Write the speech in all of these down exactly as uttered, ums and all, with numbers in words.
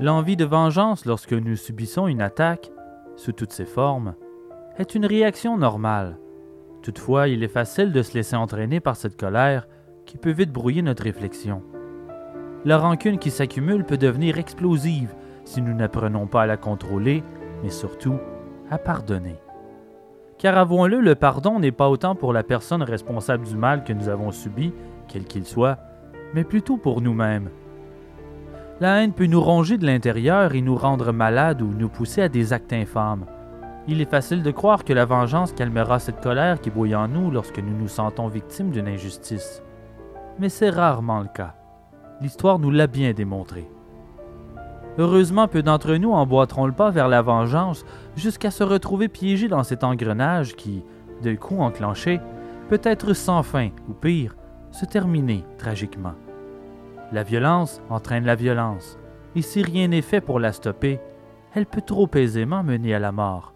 L'envie de vengeance lorsque nous subissons une attaque, sous toutes ses formes, est une réaction normale. Toutefois, il est facile de se laisser entraîner par cette colère qui peut vite brouiller notre réflexion. La rancune qui s'accumule peut devenir explosive si nous n'apprenons pas à la contrôler, mais surtout à pardonner. Car avouons-le, le pardon n'est pas autant pour la personne responsable du mal que nous avons subi, quel qu'il soit, mais plutôt pour nous-mêmes. La haine peut nous ronger de l'intérieur et nous rendre malades ou nous pousser à des actes infâmes. Il est facile de croire que la vengeance calmera cette colère qui bouille en nous lorsque nous nous sentons victimes d'une injustice. Mais c'est rarement le cas. L'histoire nous l'a bien démontré. Heureusement, peu d'entre nous emboîteront le pas vers la vengeance jusqu'à se retrouver piégés dans cet engrenage qui, d'un coup enclenché, peut être sans fin ou pire, se terminer tragiquement. La violence entraîne la violence, et si rien n'est fait pour la stopper, elle peut trop aisément mener à la mort.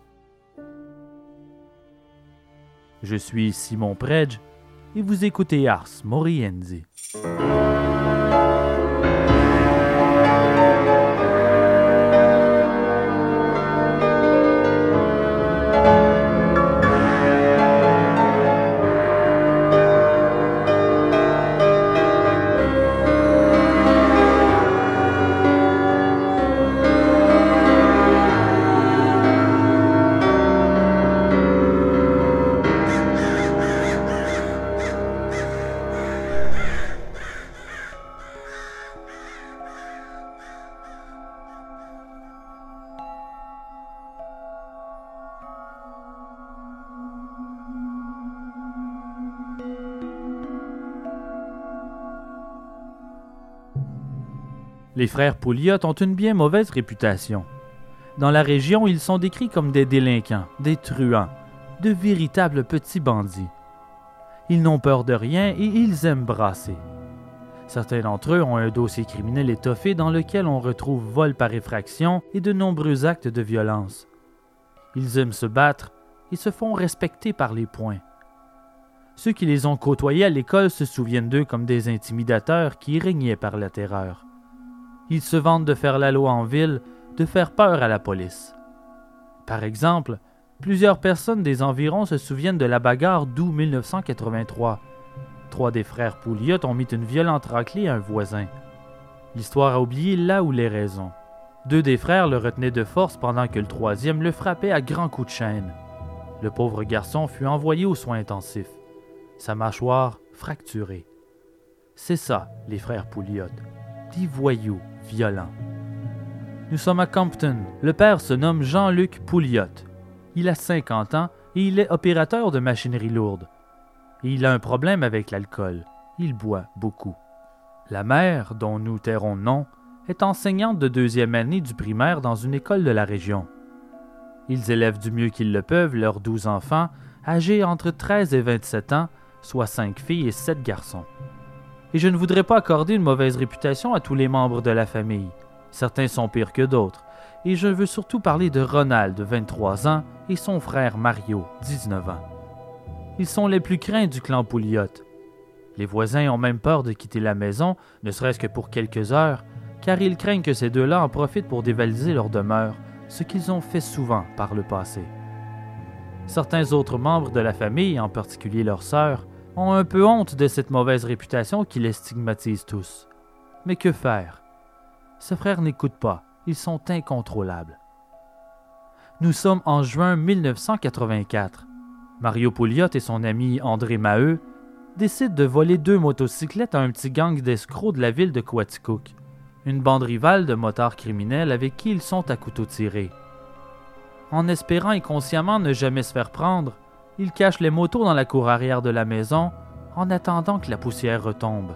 Je suis Simon Predge, et vous écoutez Ars Moriendi. Les frères Pouliot ont une bien mauvaise réputation. Dans la région, ils sont décrits comme des délinquants, des truands, de véritables petits bandits. Ils n'ont peur de rien et ils aiment brasser. Certains d'entre eux ont un dossier criminel étoffé dans lequel on retrouve vol par effraction et de nombreux actes de violence. Ils aiment se battre et se font respecter par les poings. Ceux qui les ont côtoyés à l'école se souviennent d'eux comme des intimidateurs qui régnaient par la terreur. Ils se vantent de faire la loi en ville, de faire peur à la police. Par exemple, plusieurs personnes des environs se souviennent de la bagarre d'août mille neuf cent quatre-vingt-trois. Trois des frères Pouliot ont mis une violente raclée à un voisin. L'histoire a oublié là où les raisons. Deux des frères le retenaient de force pendant que le troisième le frappait à grands coups de chaîne. Le pauvre garçon fut envoyé aux soins intensifs. Sa mâchoire fracturée. C'est ça, les frères Pouliot. Des voyous violents. Nous sommes à Compton. Le père se nomme Jean-Luc Pouliot. Il a cinquante ans et il est opérateur de machinerie lourde. Et il a un problème avec l'alcool. Il boit beaucoup. La mère, dont nous tairons le nom, est enseignante de deuxième année du primaire dans une école de la région. Ils élèvent du mieux qu'ils le peuvent leurs douze enfants, âgés entre treize et vingt-sept ans, soit cinq filles et sept garçons. Et je ne voudrais pas accorder une mauvaise réputation à tous les membres de la famille. Certains sont pires que d'autres, et je veux surtout parler de Ronald, vingt-trois ans, et son frère Mario, dix-neuf ans. Ils sont les plus craints du clan Pouliot. Les voisins ont même peur de quitter la maison, ne serait-ce que pour quelques heures, car ils craignent que ces deux-là en profitent pour dévaliser leur demeure, ce qu'ils ont fait souvent par le passé. Certains autres membres de la famille, en particulier leurs sœurs, ont un peu honte de cette mauvaise réputation qui les stigmatise tous. Mais que faire? Ces frères n'écoutent pas, ils sont incontrôlables. Nous sommes en juin mille neuf cent quatre-vingt-quatre. Mario Pouliot et son ami André Maheu décident de voler deux motocyclettes à un petit gang d'escrocs de la ville de Coaticook, une bande rivale de motards criminels avec qui ils sont à couteau tiré. En espérant inconsciemment ne jamais se faire prendre, ils cachent les motos dans la cour arrière de la maison en attendant que la poussière retombe.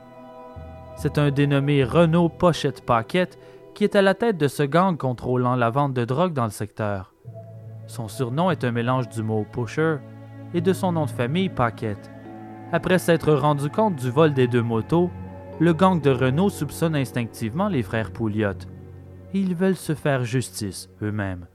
C'est un dénommé Renaud Pochette Paquette qui est à la tête de ce gang contrôlant la vente de drogue dans le secteur. Son surnom est un mélange du mot « pusher » et de son nom de famille Paquette. Après s'être rendu compte du vol des deux motos, le gang de Renaud soupçonne instinctivement les frères Pouliot et ils veulent se faire justice eux-mêmes.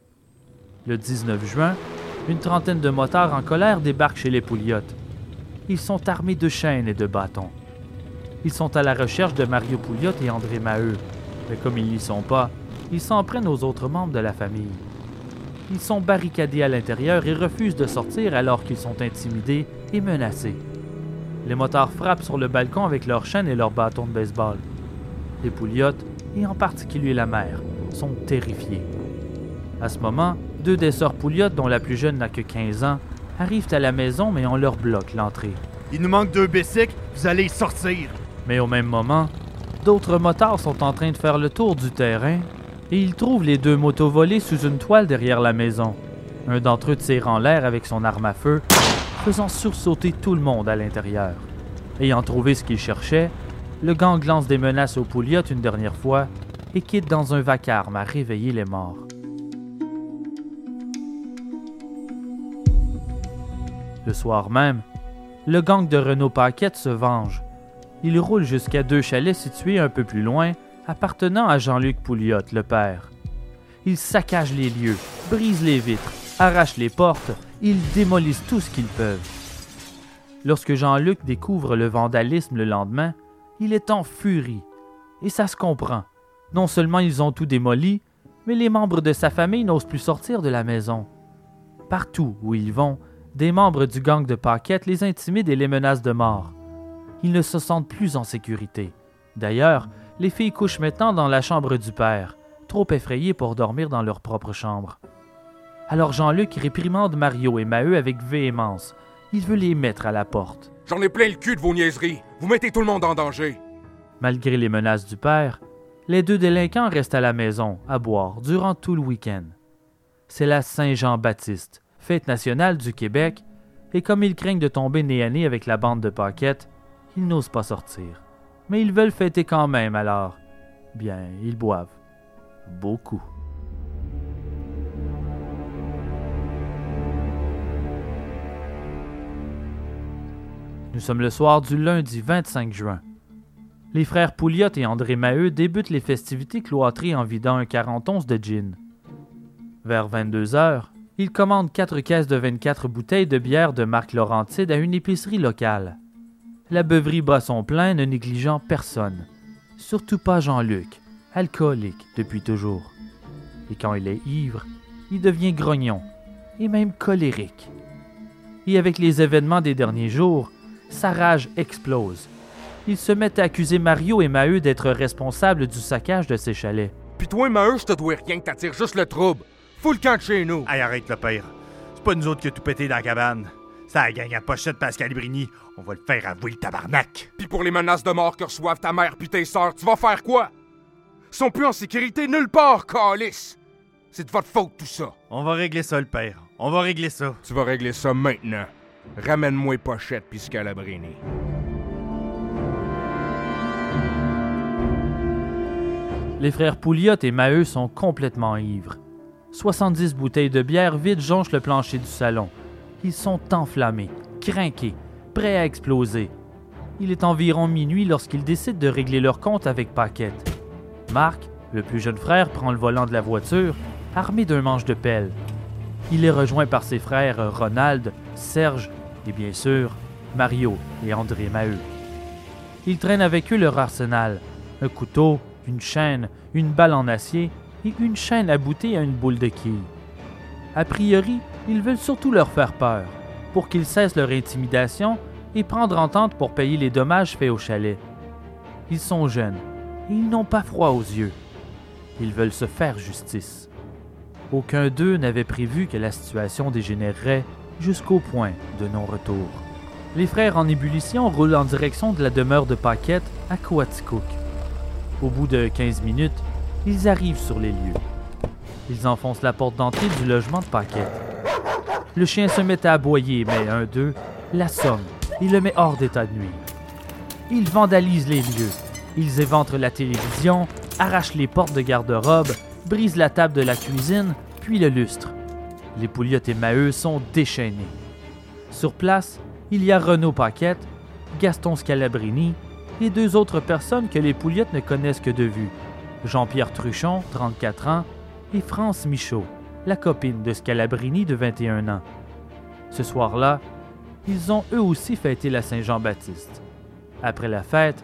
Le dix-neuf juin, une trentaine de motards en colère débarquent chez les Pouliot. Ils sont armés de chaînes et de bâtons. Ils sont à la recherche de Mario Pouliot et André Maheu. Mais comme ils n'y sont pas, ils s'en prennent aux autres membres de la famille. Ils sont barricadés à l'intérieur et refusent de sortir alors qu'ils sont intimidés et menacés. Les motards frappent sur le balcon avec leurs chaînes et leurs bâtons de baseball. Les Pouliottes, et en particulier la mère, sont terrifiés. À ce moment, deux des sœurs Pouliottes, dont la plus jeune n'a que quinze ans, arrivent à la maison mais on leur bloque l'entrée. Il nous manque deux bicycles, vous allez sortir! Mais au même moment, d'autres motards sont en train de faire le tour du terrain et ils trouvent les deux motos volées sous une toile derrière la maison. Un d'entre eux tire en l'air avec son arme à feu, faisant sursauter tout le monde à l'intérieur. Ayant trouvé ce qu'il cherchait, le gang lance des menaces aux Pouliottes une dernière fois et quitte dans un vacarme à réveiller les morts. Le soir même, le gang de Renaud Paquette se venge. Il roule jusqu'à deux chalets situés un peu plus loin, appartenant à Jean-Luc Pouliotte, le père. Ils saccagent les lieux, brisent les vitres, arrachent les portes, ils démolissent tout ce qu'ils peuvent. Lorsque Jean-Luc découvre le vandalisme le lendemain, il est en furie. Et ça se comprend. Non seulement ils ont tout démoli, mais les membres de sa famille n'osent plus sortir de la maison. Partout où ils vont, des membres du gang de Paquette les intimident et les menacent de mort. Ils ne se sentent plus en sécurité. D'ailleurs, les filles couchent maintenant dans la chambre du père, trop effrayées pour dormir dans leur propre chambre. Alors Jean-Luc réprimande Mario et Maheu avec véhémence. Il veut les mettre à la porte. J'en ai plein le cul de vos niaiseries. Vous mettez tout le monde en danger. Malgré les menaces du père, les deux délinquants restent à la maison, à boire, durant tout le week-end. C'est la Saint-Jean-Baptiste, fête nationale du Québec, et comme ils craignent de tomber nez à nez avec la bande de Paquette, ils n'osent pas sortir. Mais ils veulent fêter quand même alors. Bien, ils boivent. Beaucoup. Nous sommes le soir du lundi vingt-cinq juin. Les frères Pouliotte et André Maheu débutent les festivités cloîtrées en vidant un quarante onces de gin. Vers vingt-deux heures, ils commandent quatre caisses de vingt-quatre bouteilles de bière de marque Laurentide à une épicerie locale. La beuverie bat son plein, ne négligeant personne. Surtout pas Jean-Luc, alcoolique depuis toujours. Et quand il est ivre, il devient grognon, et même colérique. Et avec les événements des derniers jours, sa rage explose. Il se met à accuser Mario et Maheu d'être responsables du saccage de ses chalets. Pis toi, Maheu, je te dois rien que t'attires juste le trouble. Fous le camp de chez nous. Hey, arrête le pire. C'est pas nous autres qui a tout pété dans la cabane. C'est la gang à pochette Pascal Brigny. On va le faire avouer le tabarnak. Pis pour les menaces de mort que reçoivent ta mère pis tes sœurs, tu vas faire quoi? Ils sont plus en sécurité nulle part, calice. C'est de votre faute, tout ça. On va régler ça, le père. On va régler ça. Tu vas régler ça maintenant. Ramène-moi pochette pis Scalabrini. Les frères Pouliotte et Maheu sont complètement ivres. soixante-dix bouteilles de bière vides jonchent le plancher du salon. Ils sont enflammés, crinqués, prêts à exploser. Il est environ minuit lorsqu'ils décident de régler leur compte avec Paquette. Marc, le plus jeune frère, prend le volant de la voiture, armé d'un manche de pelle. Il est rejoint par ses frères Ronald, Serge et bien sûr Mario et André Maheu. Ils traînent avec eux leur arsenal, un couteau, une chaîne, une balle en acier et une chaîne aboutée à une boule de quilles. A priori, ils veulent surtout leur faire peur, pour qu'ils cessent leur intimidation et prendre entente pour payer les dommages faits au chalet. Ils sont jeunes et ils n'ont pas froid aux yeux. Ils veulent se faire justice. Aucun d'eux n'avait prévu que la situation dégénérerait jusqu'au point de non-retour. Les frères en ébullition roulent en direction de la demeure de Paquette à Coaticook. Au bout de quinze minutes, ils arrivent sur les lieux. Ils enfoncent la porte d'entrée du logement de Paquette. Le chien se met à aboyer, mais un d'eux l'assomme et le met hors d'état de nuire. Ils vandalisent les lieux. Ils éventrent la télévision, arrachent les portes de garde-robe, brisent la table de la cuisine, puis le lustre. Les Pouliotte et Maheu sont déchaînés. Sur place, il y a Renaud Paquette, Gaston Scalabrini et deux autres personnes que les Pouliotte ne connaissent que de vue. Jean-Pierre Truchon, trente-quatre ans, et France Michaud, la copine de Scalabrini de vingt et un ans. Ce soir-là, ils ont eux aussi fêté la Saint-Jean-Baptiste. Après la fête,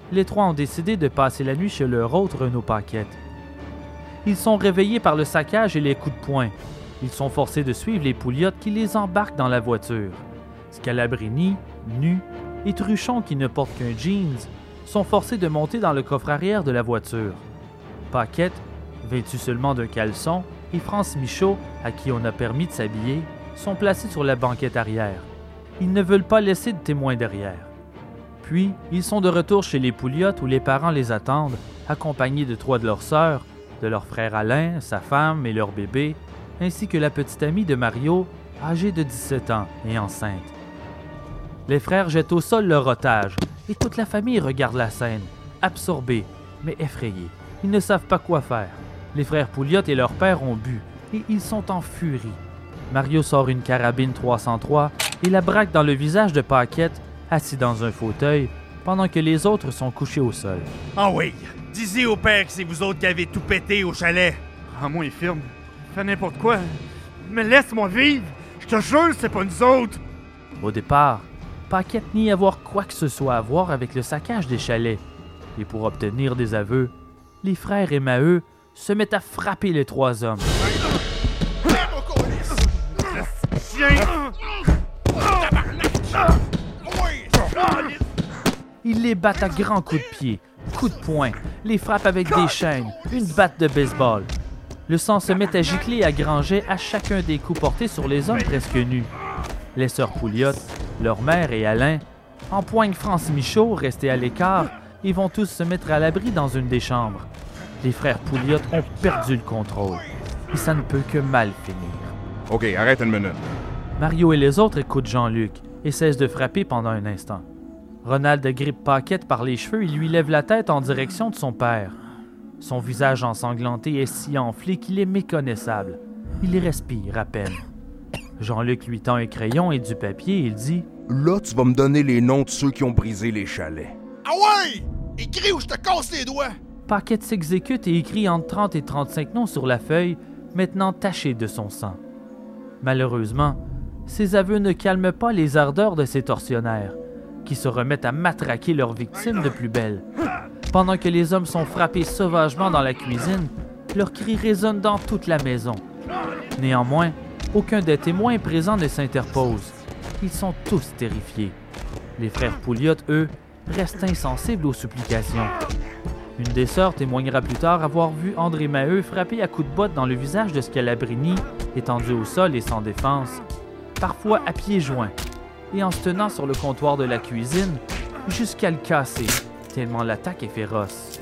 les trois ont décidé de passer la nuit chez leur hôte Renaud Paquette. Ils sont réveillés par le saccage et les coups de poing. Ils sont forcés de suivre les Pouliot qui les embarquent dans la voiture. Scalabrini, nu, et Truchon, qui ne porte qu'un jeans, sont forcés de monter dans le coffre arrière de la voiture. Paquette, vêtu seulement d'un caleçon, et France Michaud, à qui on a permis de s'habiller, sont placés sur la banquette arrière. Ils ne veulent pas laisser de témoins derrière. Puis, ils sont de retour chez les Pouliot où les parents les attendent, accompagnés de trois de leurs sœurs, de leur frère Alain, sa femme et leur bébé, ainsi que la petite amie de Mario, âgée de dix-sept ans et enceinte. Les frères jettent au sol leur otage et toute la famille regarde la scène, absorbée, mais effrayée. Ils ne savent pas quoi faire. Les frères Pouliot et leur père ont bu et ils sont en furie. Mario sort une carabine trois cent trois et la braque dans le visage de Paquette, assis dans un fauteuil, pendant que les autres sont couchés au sol. Ah oui, disez au père que c'est vous autres qui avez tout pété au chalet. Rends-moi infirme. Fais n'importe quoi. Mais laisse-moi vivre. Je te jure, c'est pas nous autres. Au départ, Paquette nie avoir quoi que ce soit à voir avec le saccage des chalets. Et pour obtenir des aveux, les frères et Maheu se mettent à frapper les trois hommes. Ils les battent à grands coups de pied, coups de poing, les frappent avec des chaînes, une batte de baseball. Le sang se met à gicler et à granger à chacun des coups portés sur les hommes presque nus. Les sœurs Pouliot, leur mère et Alain, empoignent France Michaud, resté à l'écart, et vont tous se mettre à l'abri dans une des chambres. Les frères Pouliot ont perdu le contrôle, et ça ne peut que mal finir. OK, arrête une minute. Mario et les autres écoutent Jean-Luc et cessent de frapper pendant un instant. Ronald grippe Paquette par les cheveux et lui lève la tête en direction de son père. Son visage ensanglanté est si enflé qu'il est méconnaissable. Il respire à peine. Jean-Luc lui tend un crayon et du papier et il dit « Là, tu vas me donner les noms de ceux qui ont brisé les chalets. » Ah ouais! Écris ou je te casse les doigts! Paquette s'exécute et écrit entre trente et trente-cinq noms sur la feuille, maintenant tachée de son sang. Malheureusement, ces aveux ne calment pas les ardeurs de ces tortionnaires, qui se remettent à matraquer leurs victimes de plus belle. Pendant que les hommes sont frappés sauvagement dans la cuisine, leurs cris résonnent dans toute la maison. Néanmoins, aucun des témoins présents ne s'interpose. Ils sont tous terrifiés. Les frères Pouliot, eux, restent insensibles aux supplications. Une des sœurs témoignera plus tard avoir vu André Maheu frapper à coups de botte dans le visage de Scalabrini, étendu au sol et sans défense, parfois à pieds joints, et en se tenant sur le comptoir de la cuisine jusqu'à le casser, tellement l'attaque est féroce.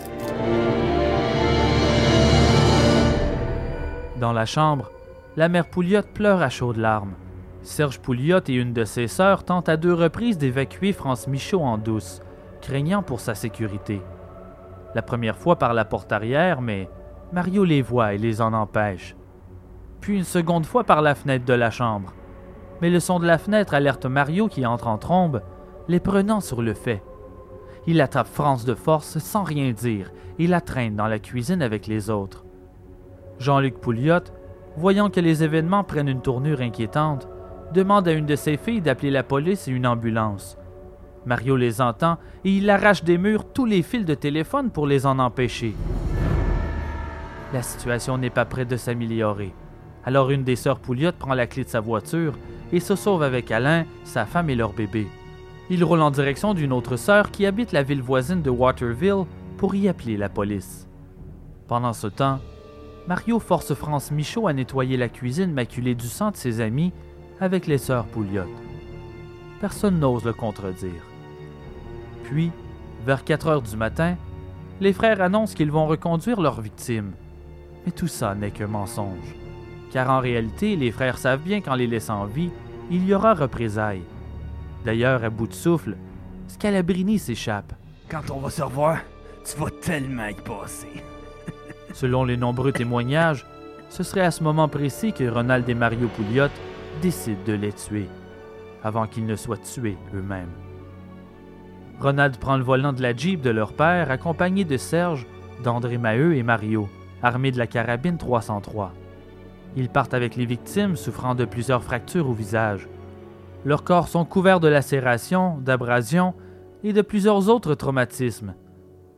Dans la chambre, la mère Pouliot pleure à chaudes larmes. Serge Pouliot et une de ses sœurs tentent à deux reprises d'évacuer France Michaud en douce, craignant pour sa sécurité. La première fois par la porte arrière, mais Mario les voit et les en empêche. Puis une seconde fois par la fenêtre de la chambre. Mais le son de la fenêtre alerte Mario qui entre en trombe, les prenant sur le fait. Il attrape France de force sans rien dire et la traîne dans la cuisine avec les autres. Jean-Luc Pouliot, voyant que les événements prennent une tournure inquiétante, demande à une de ses filles d'appeler la police et une ambulance. Mario les entend et il arrache des murs tous les fils de téléphone pour les en empêcher. La situation n'est pas prête de s'améliorer. Alors une des sœurs Pouliot prend la clé de sa voiture et se sauve avec Alain, sa femme et leur bébé. Il roule en direction d'une autre sœur qui habite la ville voisine de Waterville pour y appeler la police. Pendant ce temps, Mario force France Michaud à nettoyer la cuisine maculée du sang de ses amis avec les sœurs Pouliot. Personne n'ose le contredire. Puis, vers quatre heures du matin, les frères annoncent qu'ils vont reconduire leurs victimes. Mais tout ça n'est qu'un mensonge. Car en réalité, les frères savent bien qu'en les laissant en vie, il y aura représailles. D'ailleurs, à bout de souffle, Scalabrini s'échappe. Quand on va se revoir, tu vas tellement y passer. Selon les nombreux témoignages, ce serait à ce moment précis que Ronald et Mario Pouliot décident de les tuer, avant qu'ils ne soient tués eux-mêmes. Ronald prend le volant de la Jeep de leur père, accompagné de Serge, d'André Maheu et Mario, armés de la carabine trois cent trois. Ils partent avec les victimes souffrant de plusieurs fractures au visage. Leurs corps sont couverts de lacérations, d'abrasions et de plusieurs autres traumatismes,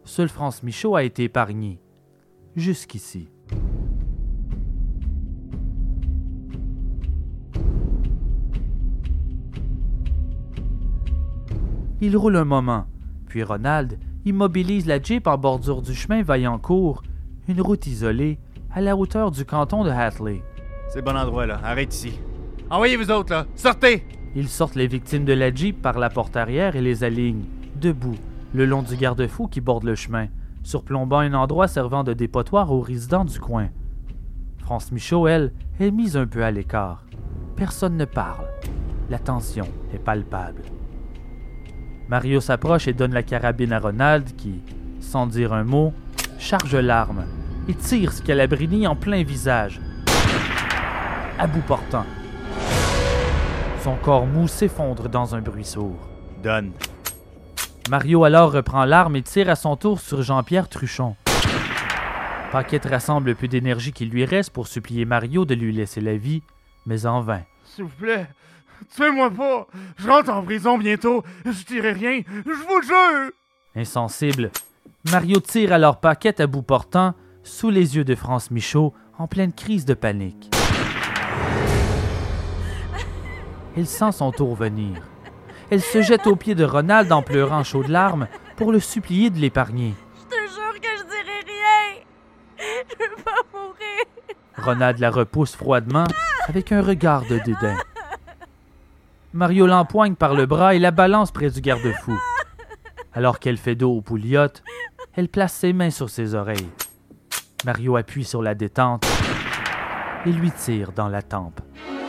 seul France Michaud a été épargné. Jusqu'ici. Il roule un moment, puis Ronald immobilise la Jeep en bordure du chemin Vaillancourt, une route isolée à la hauteur du canton de Hatley. C'est le bon endroit, là. Arrête ici. Envoyez vous autres, là. Sortez! Ils sortent les victimes de la Jeep par la porte arrière et les alignent, debout, le long du garde-fou qui borde le chemin, surplombant un endroit servant de dépotoir aux résidents du coin. France Michaud, elle, est mise un peu à l'écart. Personne ne parle. La tension est palpable. Mario s'approche et donne la carabine à Ronald qui, sans dire un mot, charge l'arme et tire Scalabrini en plein visage, à bout portant. Son corps mou s'effondre dans un bruit sourd. Donne. Mario alors reprend l'arme et tire à son tour sur Jean-Pierre Truchon. Paquette rassemble le peu d'énergie qu'il lui reste pour supplier Mario de lui laisser la vie, mais en vain. S'il vous plaît, tuez-moi pas. Je rentre en prison bientôt. Je dirai rien. Je vous jure. Insensible, Mario tire alors Paquette à bout portant sous les yeux de France Michaud en pleine crise de panique. Elle sent son tour venir. Elle se jette aux pieds de Ronald en pleurant chaud de larmes pour le supplier de l'épargner. Je te jure que je dirai rien. Je veux pas mourir. Ronald la repousse froidement avec un regard de dédain. Mario l'empoigne par le bras et la balance près du garde-fou. Alors qu'elle fait dos au pouliote, elle place ses mains sur ses oreilles. Mario appuie sur la détente et lui tire dans la tempe.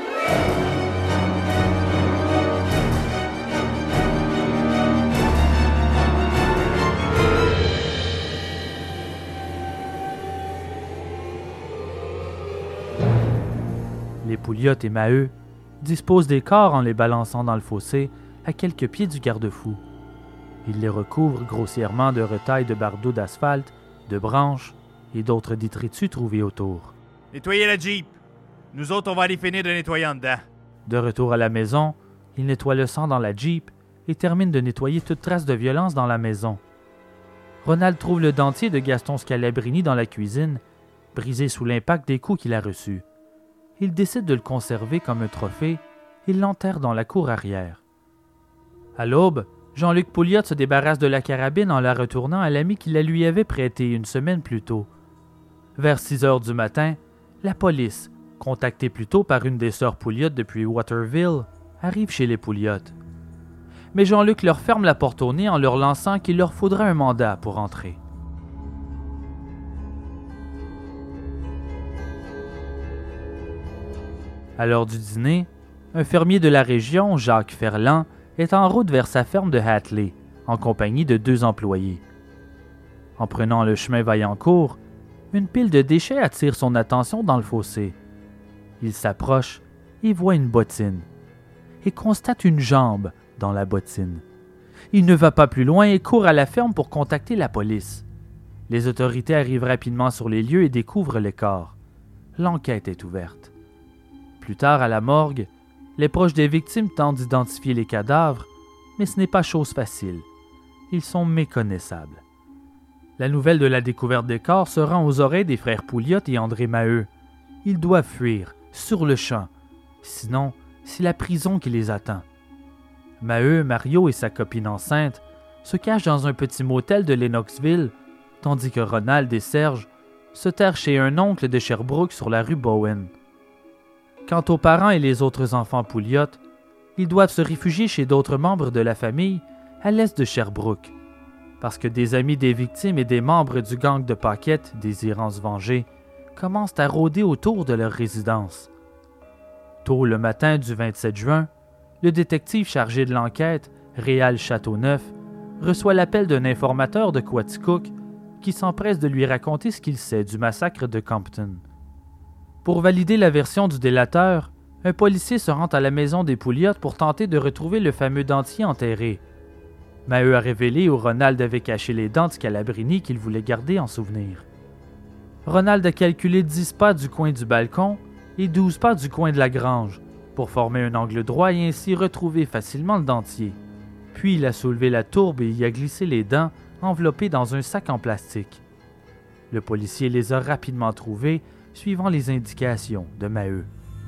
Les Pouliotte et Maheu disposent des corps en les balançant dans le fossé à quelques pieds du garde-fou. Ils les recouvrent grossièrement de retailles de bardeaux d'asphalte, de branches et d'autres détritus trouvés autour. Nettoyez la Jeep. Nous autres, on va aller finir de nettoyer en dedans. De retour à la maison, ils nettoient le sang dans la Jeep et terminent de nettoyer toute trace de violence dans la maison. Ronald trouve le dentier de Gaston Scalabrini dans la cuisine, brisé sous l'impact des coups qu'il a reçus. Il décide de le conserver comme un trophée et l'enterre dans la cour arrière. À l'aube, Jean-Luc Pouliotte se débarrasse de la carabine en la retournant à l'ami qui la lui avait prêtée une semaine plus tôt. Vers six heures du matin, la police, contactée plus tôt par une des sœurs Pouliotte depuis Waterville, arrive chez les Pouliotte. Mais Jean-Luc leur ferme la porte au nez en leur lançant qu'il leur faudra un mandat pour entrer. À l'heure du dîner, un fermier de la région, Jacques Ferland, est en route vers sa ferme de Hatley, en compagnie de deux employés. En prenant le chemin Vaillancourt, une pile de déchets attire son attention dans le fossé. Il s'approche et voit une bottine, et constate une jambe dans la bottine. Il ne va pas plus loin et court à la ferme pour contacter la police. Les autorités arrivent rapidement sur les lieux et découvrent les corps. L'enquête est ouverte. Plus tard, à la morgue, les proches des victimes tentent d'identifier les cadavres, mais ce n'est pas chose facile. Ils sont méconnaissables. La nouvelle de la découverte des corps se rend aux oreilles des frères Pouliotte et André Maheu. Ils doivent fuir, sur le champ. Sinon, c'est la prison qui les attend. Maheu, Mario et sa copine enceinte se cachent dans un petit motel de Lennoxville, tandis que Ronald et Serge se terrent chez un oncle de Sherbrooke sur la rue Bowen. Quant aux parents et les autres enfants Pouliotte, ils doivent se réfugier chez d'autres membres de la famille à l'est de Sherbrooke, parce que des amis des victimes et des membres du gang de Paquette, désirant se venger, commencent à rôder autour de leur résidence. Tôt le matin du vingt-sept juin, le détective chargé de l'enquête, Réal Châteauneuf, reçoit l'appel d'un informateur de Quaticook qui s'empresse de lui raconter ce qu'il sait du massacre de Compton. Pour valider la version du délateur, un policier se rend à la maison des Pouliotte pour tenter de retrouver le fameux dentier enterré. Maheu a révélé où Ronald avait caché les dents de Scalabrini qu'il voulait garder en souvenir. Ronald a calculé dix pas du coin du balcon et douze pas du coin de la grange pour former un angle droit et ainsi retrouver facilement le dentier. Puis il a soulevé la tourbe et y a glissé les dents enveloppés dans un sac en plastique. Le policier les a rapidement trouvés, suivant les indications de Maheu.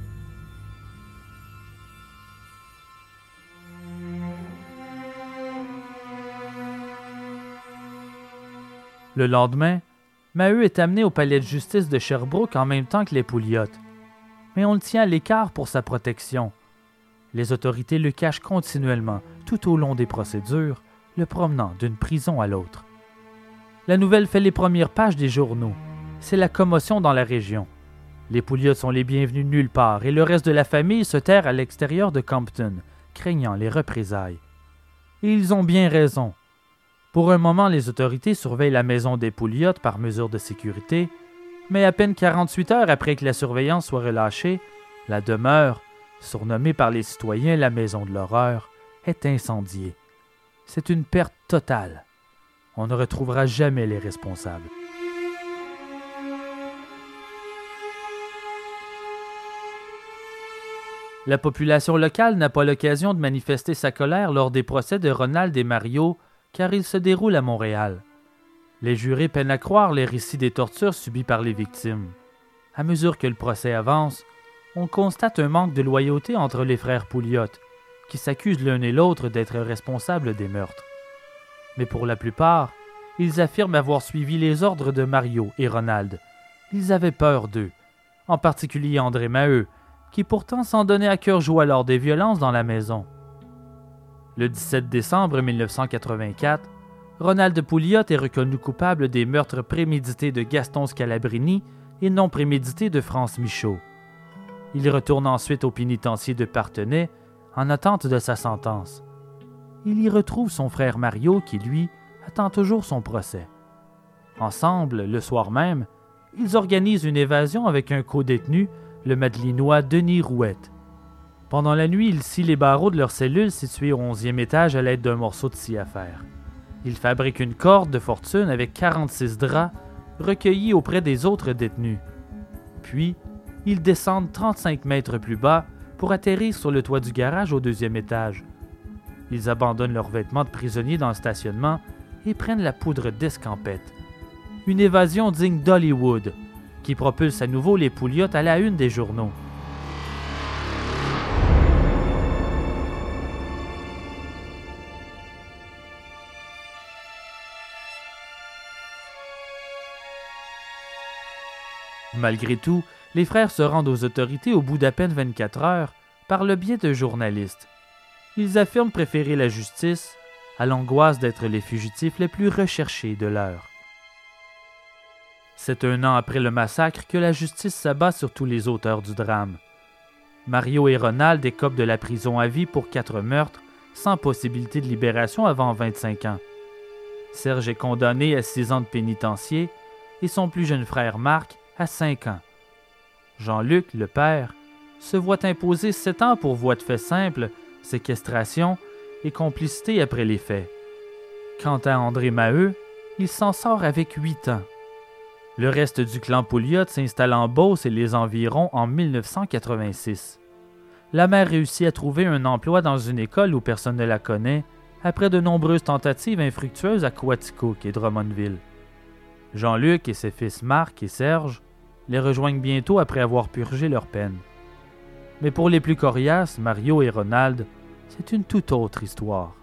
Le lendemain, Maheu est amené au palais de justice de Sherbrooke en même temps que les Pouliot. Mais on le tient à l'écart pour sa protection. Les autorités le cachent continuellement, tout au long des procédures, le promenant d'une prison à l'autre. La nouvelle fait les premières pages des journaux. C'est la commotion dans la région. Les Pouliot sont les bienvenus nulle part et le reste de la famille se terre à l'extérieur de Compton, craignant les représailles. Et ils ont bien raison. Pour un moment, les autorités surveillent la maison des Pouliot par mesure de sécurité, mais à peine quarante-huit heures après que la surveillance soit relâchée, la demeure, surnommée par les citoyens la maison de l'horreur, est incendiée. C'est une perte totale. On ne retrouvera jamais les responsables. La population locale n'a pas l'occasion de manifester sa colère lors des procès de Ronald et Mario, car ils se déroulent à Montréal. Les jurés peinent à croire les récits des tortures subies par les victimes. À mesure que le procès avance, on constate un manque de loyauté entre les frères Pouliot, qui s'accusent l'un et l'autre d'être responsables des meurtres. Mais pour la plupart, ils affirment avoir suivi les ordres de Mario et Ronald. Ils avaient peur d'eux, en particulier André Maheu, qui pourtant s'en donnait à cœur joie lors des violences dans la maison. Le dix-sept décembre mille neuf cent quatre-vingt-quatre, Ronald Pouliot est reconnu coupable des meurtres prémédités de Gaston Scalabrini et non prémédités de France Michaud. Il retourne ensuite au pénitencier de Parthenay en attente de sa sentence. Il y retrouve son frère Mario qui, lui, attend toujours son procès. Ensemble, le soir même, ils organisent une évasion avec un co-détenu, le Madelinois Denis Rouette. Pendant la nuit, ils scient les barreaux de leur cellule située au onzième étage à l'aide d'un morceau de scie à fer. Ils fabriquent une corde de fortune avec quarante-six draps recueillis auprès des autres détenus. Puis, ils descendent trente-cinq mètres plus bas pour atterrir sur le toit du garage au deuxième étage. Ils abandonnent leurs vêtements de prisonniers dans le stationnement et prennent la poudre d'escampette. Une évasion digne d'Hollywood, qui propulse à nouveau les Pouliot à la une des journaux. Malgré tout, les frères se rendent aux autorités au bout d'à peine vingt-quatre heures par le biais de journalistes. Ils affirment préférer la justice à l'angoisse d'être les fugitifs les plus recherchés de l'heure. C'est un an après le massacre que la justice s'abat sur tous les auteurs du drame. Mario et Ronald écopent de la prison à vie pour quatre meurtres, sans possibilité de libération avant vingt-cinq ans. Serge est condamné à six ans de pénitencier et son plus jeune frère Marc à cinq ans. Jean-Luc, le père, se voit imposer sept ans pour voie de fait simple, séquestration et complicité après les faits. Quant à André Maheu, il s'en sort avec huit ans. Le reste du clan Pouliot s'installe en Beauce et les environs en mille neuf cent quatre-vingt-six. La mère réussit à trouver un emploi dans une école où personne ne la connaît, après de nombreuses tentatives infructueuses à Coaticook et Drummondville. Jean-Luc et ses fils Marc et Serge les rejoignent bientôt après avoir purgé leur peine. Mais pour les plus coriaces, Mario et Ronald, c'est une toute autre histoire.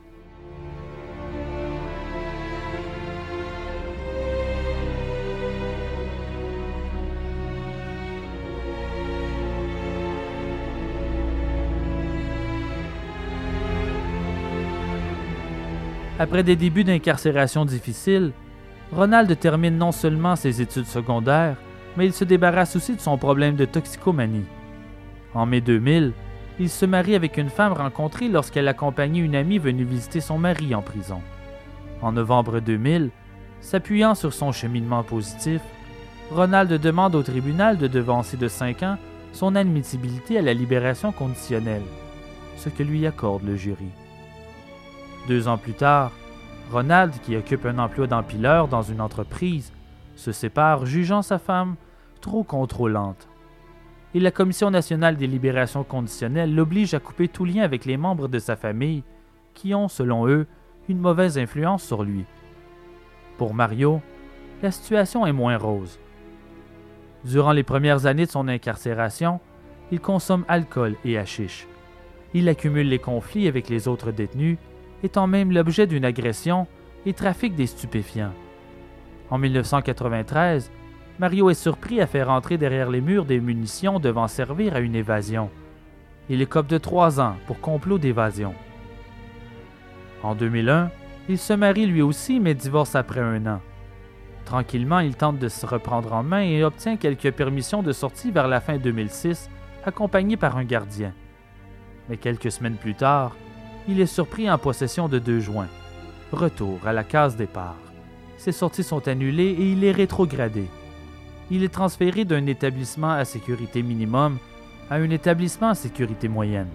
Après des débuts d'incarcération difficiles, Ronald termine non seulement ses études secondaires, mais il se débarrasse aussi de son problème de toxicomanie. En mai deux mille, il se marie avec une femme rencontrée lorsqu'elle accompagnait une amie venue visiter son mari en prison. En novembre deux mille, s'appuyant sur son cheminement positif, Ronald demande au tribunal de devancer de cinq ans son admissibilité à la libération conditionnelle, ce que lui accorde le jury. Deux ans plus tard, Ronald, qui occupe un emploi d'empileur dans une entreprise, se sépare, jugeant sa femme trop contrôlante. Et la Commission nationale des libérations conditionnelles l'oblige à couper tout lien avec les membres de sa famille qui ont, selon eux, une mauvaise influence sur lui. Pour Mario, la situation est moins rose. Durant les premières années de son incarcération, il consomme alcool et hashish. Il accumule les conflits avec les autres détenus, étant même l'objet d'une agression et trafique des stupéfiants. En mille neuf cent quatre-vingt-treize, Mario est surpris à faire entrer derrière les murs des munitions devant servir à une évasion. Il écope de trois ans pour complot d'évasion. En deux mille un, il se marie lui aussi, mais divorce après un an. Tranquillement, il tente de se reprendre en main et obtient quelques permissions de sortie vers la fin deux mille six, accompagné par un gardien. Mais quelques semaines plus tard, il est surpris en possession de deux joints. Retour à la case départ. Ses sorties sont annulées et il est rétrogradé. Il est transféré d'un établissement à sécurité minimum à un établissement à sécurité moyenne.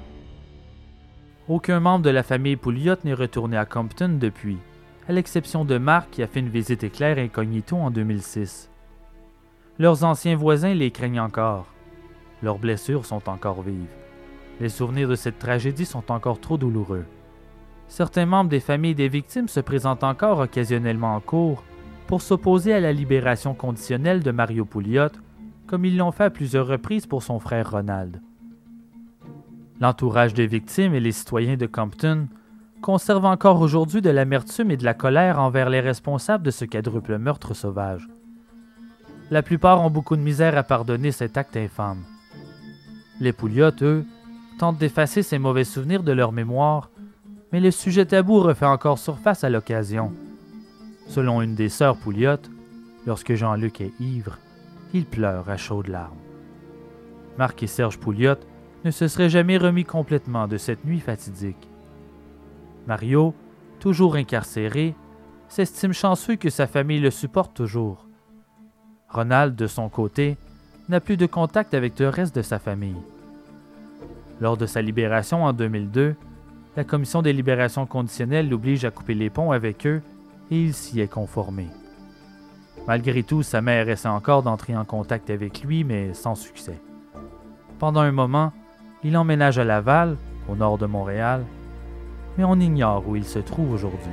Aucun membre de la famille Pouliot n'est retourné à Compton depuis, à l'exception de Mark qui a fait une visite éclair incognito en deux mille six. Leurs anciens voisins les craignent encore. Leurs blessures sont encore vives. Les souvenirs de cette tragédie sont encore trop douloureux. Certains membres des familles des victimes se présentent encore occasionnellement en cours pour s'opposer à la libération conditionnelle de Mario Pouliot, comme ils l'ont fait à plusieurs reprises pour son frère Ronald. L'entourage des victimes et les citoyens de Compton conservent encore aujourd'hui de l'amertume et de la colère envers les responsables de ce quadruple meurtre sauvage. La plupart ont beaucoup de misère à pardonner cet acte infâme. Les Pouliot, eux, tentent d'effacer ces mauvais souvenirs de leur mémoire, mais le sujet tabou refait encore surface à l'occasion. Selon une des sœurs Pouliot, lorsque Jean-Luc est ivre, il pleure à chaudes larmes. Marc et Serge Pouliot ne se seraient jamais remis complètement de cette nuit fatidique. Mario, toujours incarcéré, s'estime chanceux que sa famille le supporte toujours. Ronald, de son côté, n'a plus de contact avec le reste de sa famille. Lors de sa libération en deux mille deux, la commission des libérations conditionnelles l'oblige à couper les ponts avec eux et il s'y est conformé. Malgré tout, sa mère essaie encore d'entrer en contact avec lui, mais sans succès. Pendant un moment, il emménage à Laval, au nord de Montréal, mais on ignore où il se trouve aujourd'hui.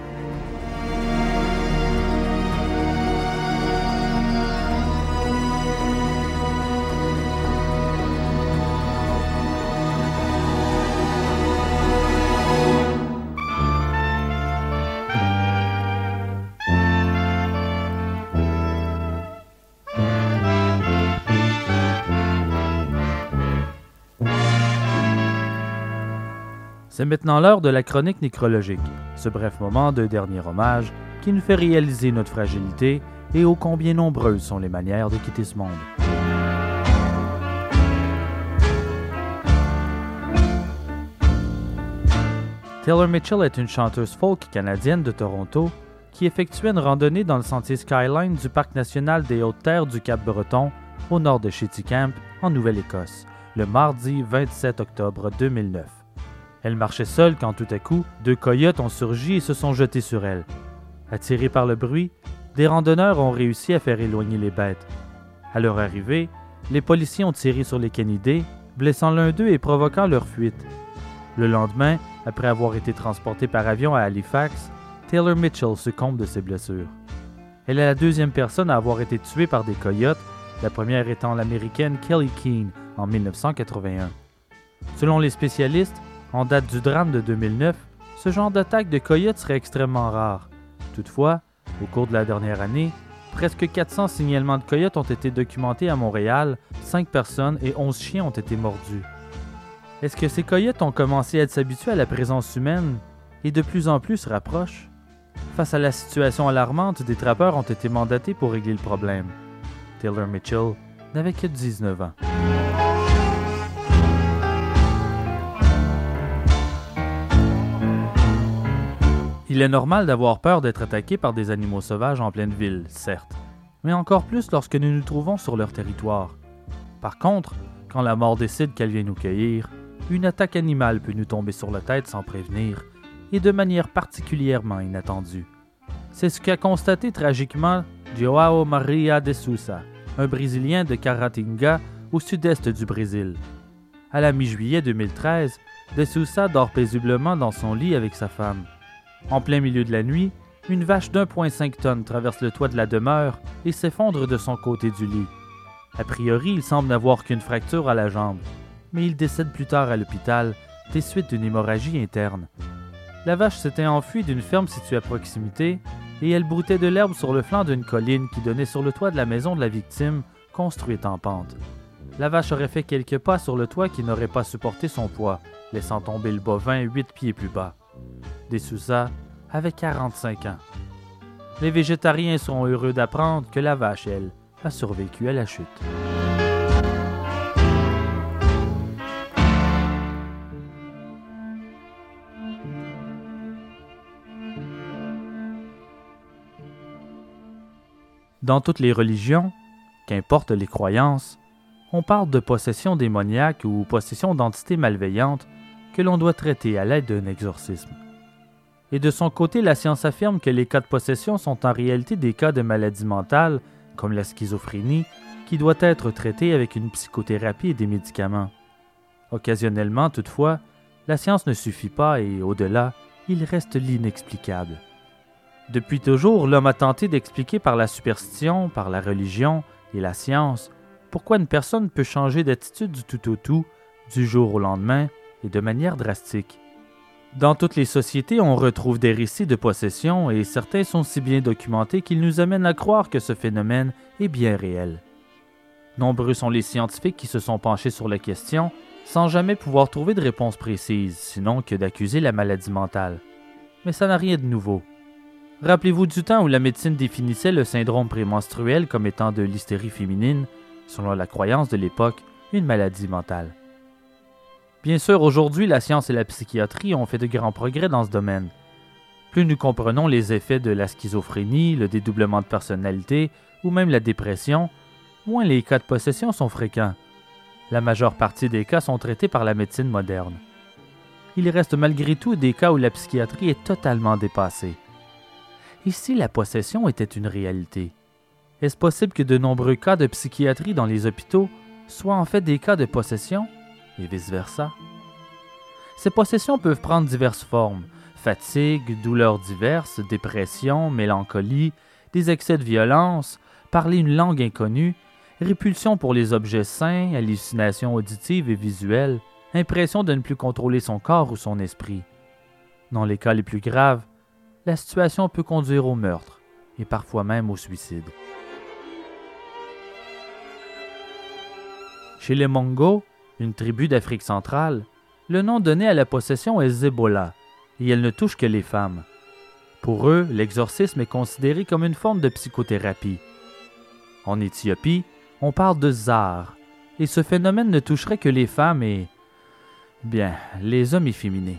C'est maintenant l'heure de la chronique nécrologique, ce bref moment de dernier hommage qui nous fait réaliser notre fragilité et ô combien nombreuses sont les manières de quitter ce monde. Taylor Mitchell est une chanteuse folk canadienne de Toronto qui effectuait une randonnée dans le sentier Skyline du Parc national des Hautes-Terres du Cap-Breton, au nord de Chéticamp, en Nouvelle-Écosse, le mardi vingt-sept octobre deux mille neuf. Elle marchait seule quand tout à coup, deux coyotes ont surgi et se sont jetés sur elle. Attirés par le bruit, des randonneurs ont réussi à faire éloigner les bêtes. À leur arrivée, les policiers ont tiré sur les canidés, blessant l'un d'eux et provoquant leur fuite. Le lendemain, après avoir été transportée par avion à Halifax, Taylor Mitchell succombe de ses blessures. Elle est la deuxième personne à avoir été tuée par des coyotes, la première étant l'américaine Kelly Keane en mille neuf cent quatre-vingt-un. Selon les spécialistes, en date du drame de deux mille neuf, ce genre d'attaque de coyotes serait extrêmement rare. Toutefois, au cours de la dernière année, presque quatre cents signalements de coyotes ont été documentés à Montréal, cinq personnes et onze chiens ont été mordus. Est-ce que ces coyotes ont commencé à s'habituer à la présence humaine et de plus en plus se rapprochent? Face à la situation alarmante, des trappeurs ont été mandatés pour régler le problème. Taylor Mitchell n'avait que dix-neuf ans. Il est normal d'avoir peur d'être attaqué par des animaux sauvages en pleine ville, certes, mais encore plus lorsque nous nous trouvons sur leur territoire. Par contre, quand la mort décide qu'elle vient nous cueillir, une attaque animale peut nous tomber sur la tête sans prévenir, et de manière particulièrement inattendue. C'est ce qu'a constaté tragiquement João Maria de Sousa, un Brésilien de Caratinga, au sud-est du Brésil. À la mi-juillet deux mille treize, de Sousa dort paisiblement dans son lit avec sa femme. En plein milieu de la nuit, une vache d'un virgule cinq tonnes traverse le toit de la demeure et s'effondre de son côté du lit. A priori, il semble n'avoir qu'une fracture à la jambe, mais il décède plus tard à l'hôpital des suites d'une hémorragie interne. La vache s'était enfuie d'une ferme située à proximité et elle broutait de l'herbe sur le flanc d'une colline qui donnait sur le toit de la maison de la victime, construite en pente. La vache aurait fait quelques pas sur le toit qui n'aurait pas supporté son poids, laissant tomber le bovin huit pieds plus bas. De Souza avait quarante-cinq ans. Les végétariens sont heureux d'apprendre que la vache, elle, a survécu à la chute. Dans toutes les religions, qu'importe les croyances, on parle de possession démoniaque ou possession d'entités malveillantes que l'on doit traiter à l'aide d'un exorcisme. Et de son côté, la science affirme que les cas de possession sont en réalité des cas de maladie mentale, comme la schizophrénie, qui doit être traitée avec une psychothérapie et des médicaments. Occasionnellement, toutefois, la science ne suffit pas et, au-delà, il reste l'inexplicable. Depuis toujours, l'homme a tenté d'expliquer par la superstition, par la religion et la science pourquoi une personne peut changer d'attitude du tout au tout, du jour au lendemain et de manière drastique. Dans toutes les sociétés, on retrouve des récits de possession et certains sont si bien documentés qu'ils nous amènent à croire que ce phénomène est bien réel. Nombreux sont les scientifiques qui se sont penchés sur la question sans jamais pouvoir trouver de réponse précise, sinon que d'accuser la maladie mentale. Mais ça n'a rien de nouveau. Rappelez-vous du temps où la médecine définissait le syndrome prémenstruel comme étant de l'hystérie féminine, selon la croyance de l'époque, une maladie mentale. Bien sûr, aujourd'hui, la science et la psychiatrie ont fait de grands progrès dans ce domaine. Plus nous comprenons les effets de la schizophrénie, le dédoublement de personnalité ou même la dépression, moins les cas de possession sont fréquents. La majeure partie des cas sont traités par la médecine moderne. Il reste malgré tout des cas où la psychiatrie est totalement dépassée. Et si la possession était une réalité? Est-ce possible que de nombreux cas de psychiatrie dans les hôpitaux soient en fait des cas de possession, et vice-versa? Ces possessions peuvent prendre diverses formes: fatigue, douleurs diverses, dépression, mélancolie, des excès de violence, parler une langue inconnue, répulsion pour les objets sains, hallucinations auditives et visuelles, impression de ne plus contrôler son corps ou son esprit. Dans les cas les plus graves, la situation peut conduire au meurtre et parfois même au suicide. Chez les Mongos, une tribu d'Afrique centrale, le nom donné à la possession est Zebola, et elle ne touche que les femmes. Pour eux, l'exorcisme est considéré comme une forme de psychothérapie. En Éthiopie, on parle de Zar, et ce phénomène ne toucherait que les femmes et, bien, les hommes efféminés.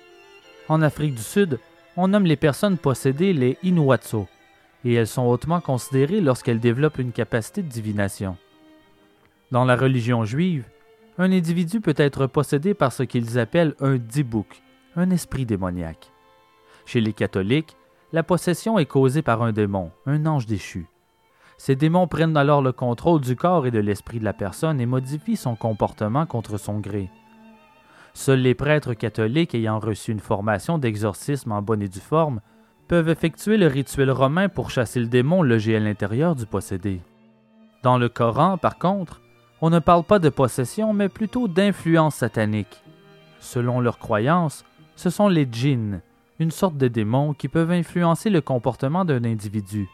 En Afrique du Sud, on nomme les personnes possédées les Inuatso, et elles sont hautement considérées lorsqu'elles développent une capacité de divination. Dans la religion juive, un individu peut être possédé par ce qu'ils appellent un dibouk, un esprit démoniaque. Chez les catholiques, la possession est causée par un démon, un ange déchu. Ces démons prennent alors le contrôle du corps et de l'esprit de la personne et modifient son comportement contre son gré. Seuls les prêtres catholiques ayant reçu une formation d'exorcisme en bonne et due forme peuvent effectuer le rituel romain pour chasser le démon logé à l'intérieur du possédé. Dans le Coran, par contre, on ne parle pas de possession, mais plutôt d'influence satanique. Selon leurs croyances, ce sont les djinns, une sorte de démons qui peuvent influencer le comportement d'un individu.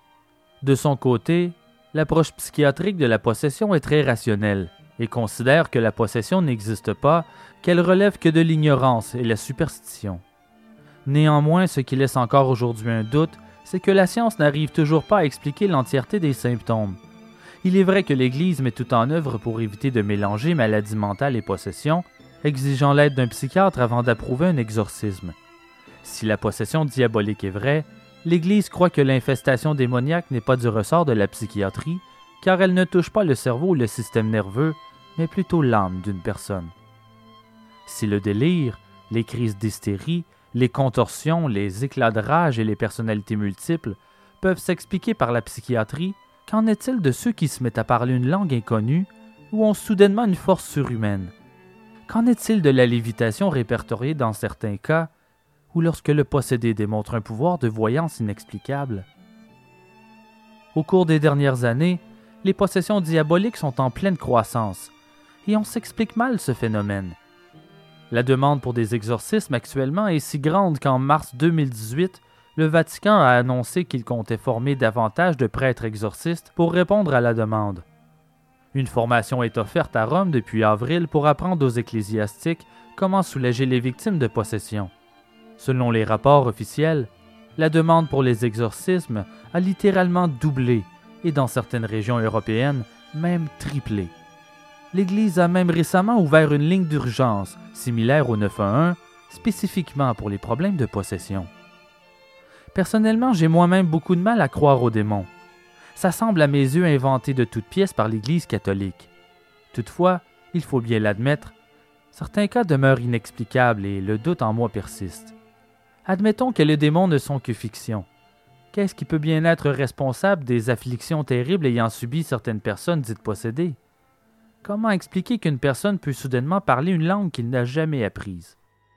De son côté, l'approche psychiatrique de la possession est très rationnelle et considère que la possession n'existe pas, qu'elle relève que de l'ignorance et la superstition. Néanmoins, ce qui laisse encore aujourd'hui un doute, c'est que la science n'arrive toujours pas à expliquer l'entièreté des symptômes. Il est vrai que l'Église met tout en œuvre pour éviter de mélanger maladie mentale et possession, exigeant l'aide d'un psychiatre avant d'approuver un exorcisme. Si la possession diabolique est vraie, l'Église croit que l'infestation démoniaque n'est pas du ressort de la psychiatrie, car elle ne touche pas le cerveau ou le système nerveux, mais plutôt l'âme d'une personne. Si le délire, les crises d'hystérie, les contorsions, les éclats de rage et les personnalités multiples peuvent s'expliquer par la psychiatrie, qu'en est-il de ceux qui se mettent à parler une langue inconnue ou ont soudainement une force surhumaine? Qu'en est-il de la lévitation répertoriée dans certains cas, ou lorsque le possédé démontre un pouvoir de voyance inexplicable. Au cours des dernières années, les possessions diaboliques sont en pleine croissance, et on s'explique mal ce phénomène. La demande pour des exorcismes actuellement est si grande qu'en mars deux mille dix-huit, le Vatican a annoncé qu'il comptait former davantage de prêtres exorcistes pour répondre à la demande. Une formation est offerte à Rome depuis avril pour apprendre aux ecclésiastiques comment soulager les victimes de possession. Selon les rapports officiels, la demande pour les exorcismes a littéralement doublé et dans certaines régions européennes, même triplé. L'Église a même récemment ouvert une ligne d'urgence similaire au neuf un un, spécifiquement pour les problèmes de possession. Personnellement, j'ai moi-même beaucoup de mal à croire aux démons. Ça semble à mes yeux inventé de toutes pièces par l'Église catholique. Toutefois, il faut bien l'admettre, certains cas demeurent inexplicables et le doute en moi persiste. Admettons que les démons ne sont que fiction. Qu'est-ce qui peut bien être responsable des afflictions terribles ayant subi certaines personnes dites possédées? Comment expliquer qu'une personne peut soudainement parler une langue qu'il n'a jamais apprise?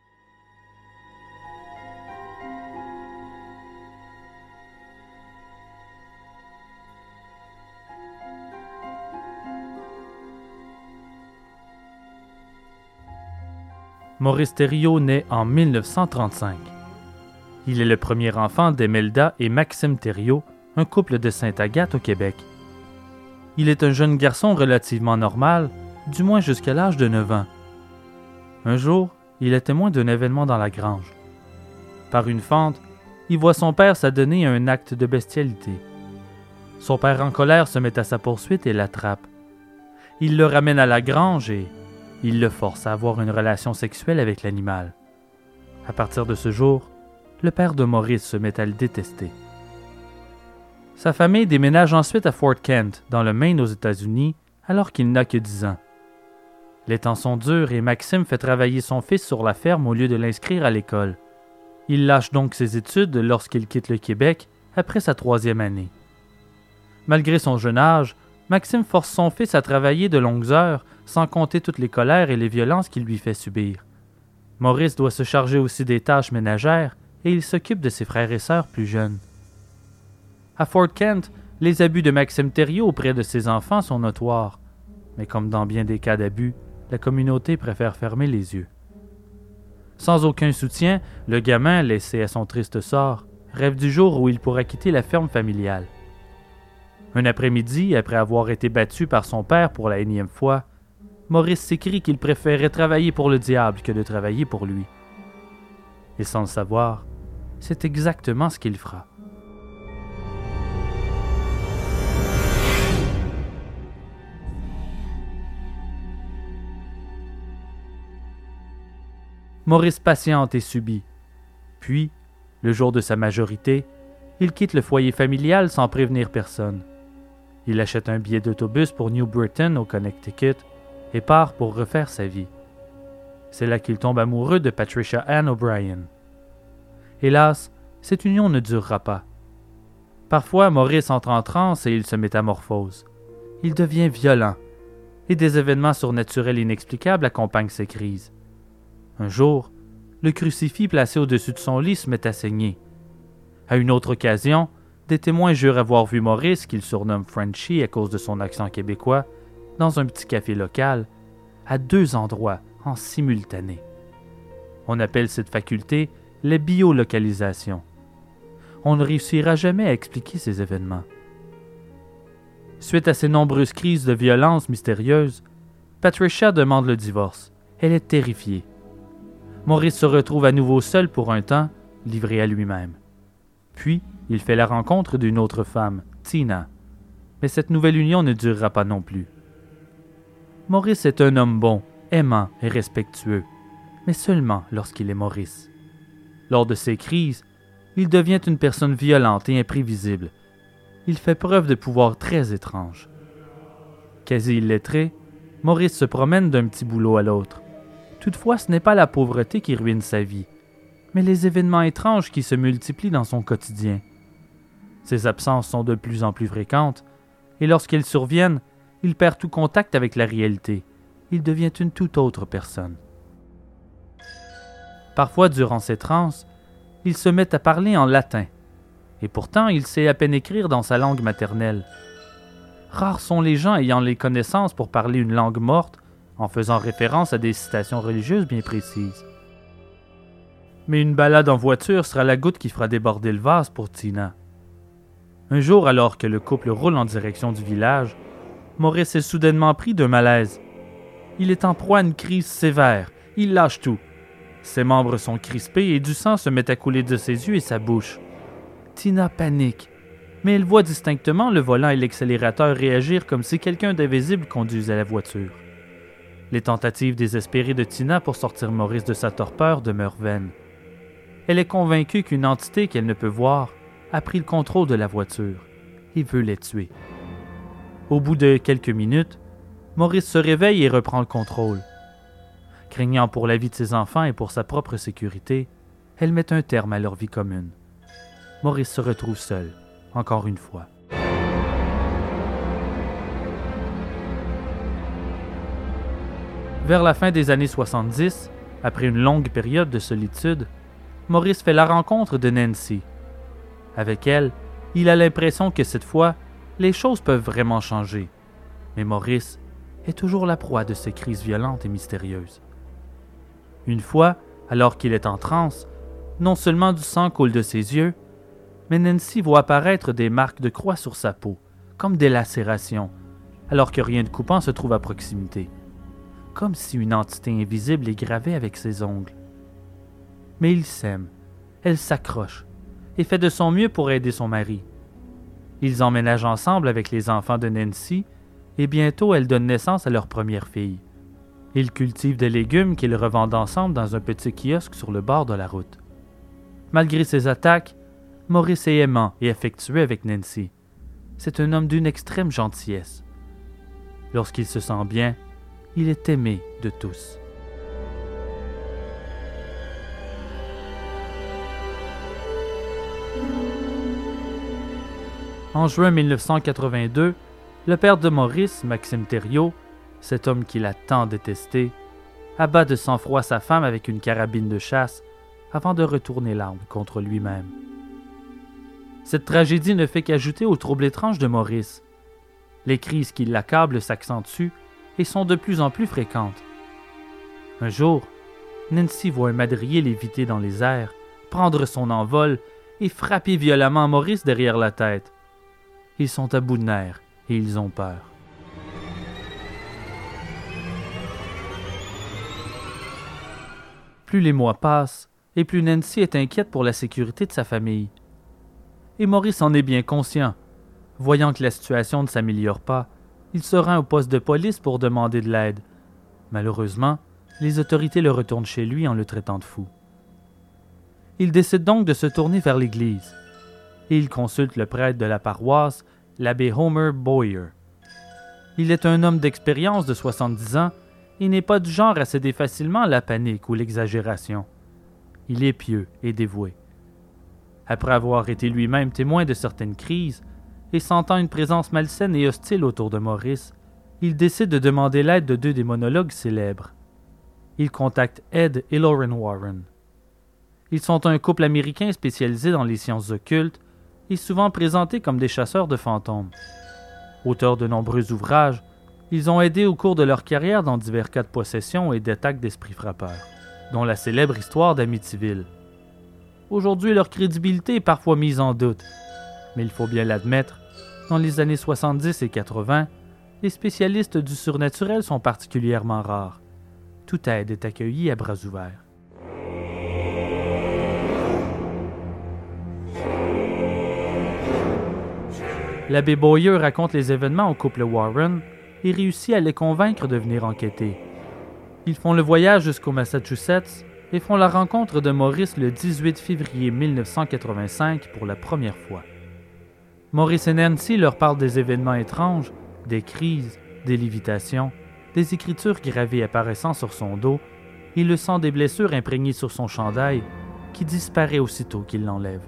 Maurice Thériault naît en mille neuf cent trente-cinq. Il est le premier enfant d'Emelda et Maxime Thériault, un couple de Sainte-Agathe au Québec. Il est un jeune garçon relativement normal, du moins jusqu'à l'âge de neuf ans. Un jour, il est témoin d'un événement dans la grange. Par une fente, il voit son père s'adonner à un acte de bestialité. Son père en colère se met à sa poursuite et l'attrape. Il le ramène à la grange et il le force à avoir une relation sexuelle avec l'animal. À partir de ce jour, le père de Maurice se met à le détester. Sa famille déménage ensuite à Fort Kent, dans le Maine aux États-Unis, alors qu'il n'a que dix ans. Les temps sont durs et Maxime fait travailler son fils sur la ferme au lieu de l'inscrire à l'école. Il lâche donc ses études lorsqu'il quitte le Québec après sa troisième année. Malgré son jeune âge, Maxime force son fils à travailler de longues heures, sans compter toutes les colères et les violences qu'il lui fait subir. Maurice doit se charger aussi des tâches ménagères et il s'occupe de ses frères et sœurs plus jeunes. À Fort Kent, les abus de Maxime Thériault auprès de ses enfants sont notoires, mais comme dans bien des cas d'abus, la communauté préfère fermer les yeux. Sans aucun soutien, le gamin, laissé à son triste sort, rêve du jour où il pourra quitter la ferme familiale. Un après-midi, après avoir été battu par son père pour la énième fois, Maurice s'écrie qu'il préférait travailler pour le diable que de travailler pour lui. Et sans le savoir, c'est exactement ce qu'il fera. Maurice patiente et subit. Puis, le jour de sa majorité, il quitte le foyer familial sans prévenir personne. Il achète un billet d'autobus pour New Britain, au Connecticut, et part pour refaire sa vie. C'est là qu'il tombe amoureux de Patricia Ann O'Brien. Hélas, cette union ne durera pas. Parfois, Maurice entre en transe et il se métamorphose. Il devient violent, et des événements surnaturels inexplicables accompagnent ces crises. Un jour, le crucifix placé au-dessus de son lit se met à saigner. À une autre occasion, des témoins jurent avoir vu Maurice, qu'ils surnomment Frenchie à cause de son accent québécois, dans un petit café local, à deux endroits en simultané. On appelle cette faculté la biolocalisation. On ne réussira jamais à expliquer ces événements. Suite à ces nombreuses crises de violence mystérieuses, Patricia demande le divorce. Elle est terrifiée. Maurice se retrouve à nouveau seul pour un temps, livré à lui-même. Puis, il fait la rencontre d'une autre femme, Tina. Mais cette nouvelle union ne durera pas non plus. Maurice est un homme bon, aimant et respectueux, mais seulement lorsqu'il est Maurice. Lors de ces crises, il devient une personne violente et imprévisible. Il fait preuve de pouvoirs très étranges. Quasi illettré, Maurice se promène d'un petit boulot à l'autre. Toutefois, ce n'est pas la pauvreté qui ruine sa vie, mais les événements étranges qui se multiplient dans son quotidien. Ses absences sont de plus en plus fréquentes, et lorsqu'elles surviennent, il perd tout contact avec la réalité. Il devient une toute autre personne. Parfois, durant ces transes, Il se met à parler en latin, et pourtant il sait à peine écrire dans sa langue maternelle. Rares sont les gens ayant les connaissances pour parler une langue morte en faisant référence à des citations religieuses bien précises. Mais une balade en voiture sera la goutte qui fera déborder le vase pour Tina. Un jour, alors que le couple roule en direction du village, Maurice est soudainement pris d'un malaise. Il est en proie à une crise sévère. Il lâche tout. Ses membres sont crispés et du sang se met à couler de ses yeux et sa bouche. Tina panique, mais elle voit distinctement le volant et l'accélérateur réagir comme si quelqu'un d'invisible conduisait la voiture. Les tentatives désespérées de Tina pour sortir Maurice de sa torpeur demeurent vaines. Elle est convaincue qu'une entité qu'elle ne peut voir a pris le contrôle de la voiture et veut les tuer. Au bout de quelques minutes, Maurice se réveille et reprend le contrôle. Craignant pour la vie de ses enfants et pour sa propre sécurité, elle met un terme à leur vie commune. Maurice se retrouve seul, encore une fois. Vers la fin des années soixante-dix, après une longue période de solitude, Maurice fait la rencontre de Nancy. Avec elle, il a l'impression que cette fois, les choses peuvent vraiment changer. Mais Maurice est toujours la proie de ces crises violentes et mystérieuses. Une fois, alors qu'il est en transe, non seulement du sang coule de ses yeux, mais Nancy voit apparaître des marques de croix sur sa peau, comme des lacérations, alors que rien de coupant se trouve à proximité. Comme si une entité invisible les gravait avec ses ongles. Mais ils s'aiment, elle s'accroche, et fait de son mieux pour aider son mari. Ils emménagent ensemble avec les enfants de Nancy, et bientôt elle donne naissance à leur première fille. Ils cultivent des légumes qu'ils revendent ensemble dans un petit kiosque sur le bord de la route. Malgré ses attaques, Maurice est aimant et affectueux avec Nancy. C'est un homme d'une extrême gentillesse. Lorsqu'il se sent bien, il est aimé de tous. En juin mille neuf cent quatre-vingt-deux, le père de Maurice, Maxime Thériault, cet homme qu'il a tant détesté, abat de sang-froid sa femme avec une carabine de chasse avant de retourner l'arme contre lui-même. Cette tragédie ne fait qu'ajouter au trouble étrange de Maurice. Les crises qui l'accablent s'accentuent et sont de plus en plus fréquentes. Un jour, Nancy voit un madrier léviter dans les airs, prendre son envol et frapper violemment Maurice derrière la tête. Ils sont à bout de nerfs et ils ont peur. Plus les mois passent, et plus Nancy est inquiète pour la sécurité de sa famille. Et Maurice en est bien conscient. Voyant que la situation ne s'améliore pas, il se rend au poste de police pour demander de l'aide. Malheureusement, les autorités le retournent chez lui en le traitant de fou. Il décide donc de se tourner vers l'Église. Et il consulte le prêtre de la paroisse, l'abbé Homer Boyer. Il est un homme d'expérience de soixante-dix ans et n'est pas du genre à céder facilement à la panique ou l'exagération. Il est pieux et dévoué. Après avoir été lui-même témoin de certaines crises et sentant une présence malsaine et hostile autour de Maurice, il décide de demander l'aide de deux démonologues célèbres. Il contacte Ed et Lauren Warren. Ils sont un couple américain spécialisé dans les sciences occultes et souvent présentés comme des chasseurs de fantômes. Auteurs de nombreux ouvrages, ils ont aidé au cours de leur carrière dans divers cas de possession et d'attaques d'esprits frappeurs, dont la célèbre histoire d'Amityville. Aujourd'hui, leur crédibilité est parfois mise en doute, mais il faut bien l'admettre, dans les années soixante-dix et quatre-vingts, les spécialistes du surnaturel sont particulièrement rares. Toute aide est accueillie à bras ouverts. L'abbé Boyer raconte les événements au couple Warren et réussit à les convaincre de venir enquêter. Ils font le voyage jusqu'au Massachusetts et font la rencontre de Maurice le dix-huit février mille neuf cent quatre-vingt-cinq pour la première fois. Maurice et Nancy leur parlent des événements étranges, des crises, des lévitations, des écritures gravées apparaissant sur son dos et le sang des blessures imprégnées sur son chandail qui disparaît aussitôt qu'il l'enlève.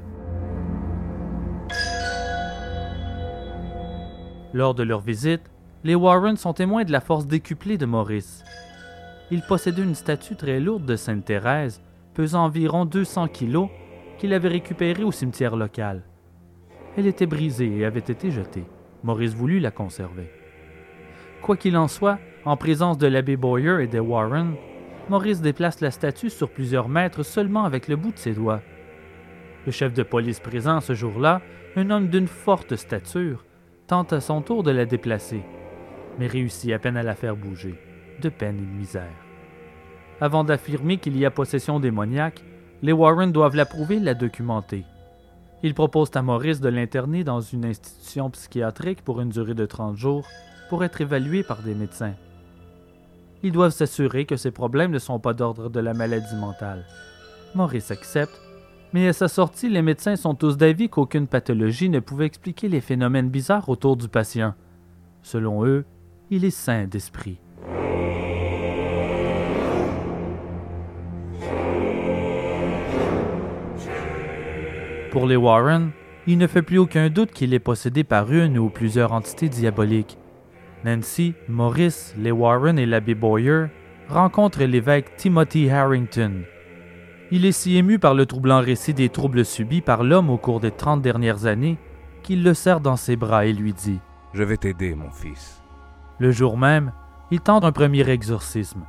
Lors de leur visite, les Warren sont témoins de la force décuplée de Maurice. Il possédait une statue très lourde de Sainte Thérèse, pesant environ deux cents kilos, qu'il avait récupérée au cimetière local. Elle était brisée et avait été jetée. Maurice voulut la conserver. Quoi qu'il en soit, en présence de l'abbé Boyer et des Warren, Maurice déplace la statue sur plusieurs mètres seulement avec le bout de ses doigts. Le chef de police présent ce jour-là, un homme d'une forte stature, tente à son tour de la déplacer, mais réussit à peine à la faire bouger, de peine et de misère. Avant d'affirmer qu'il y a possession démoniaque, les Warren doivent l'approuver et la documenter. Ils proposent à Maurice de l'interner dans une institution psychiatrique pour une durée de trente jours pour être évalué par des médecins. Ils doivent s'assurer que ses problèmes ne sont pas d'ordre de la maladie mentale. Maurice accepte, mais à sa sortie, les médecins sont tous d'avis qu'aucune pathologie ne pouvait expliquer les phénomènes bizarres autour du patient. Selon eux, il est sain d'esprit. Pour les Warren, il ne fait plus aucun doute qu'il est possédé par une ou plusieurs entités diaboliques. Nancy, Maurice, les Warren et l'abbé Boyer rencontrent l'évêque Timothy Harrington. Il est si ému par le troublant récit des troubles subis par l'homme au cours des trente dernières années qu'il le serre dans ses bras et lui dit « Je vais t'aider, mon fils. » Le jour même, il tente un premier exorcisme.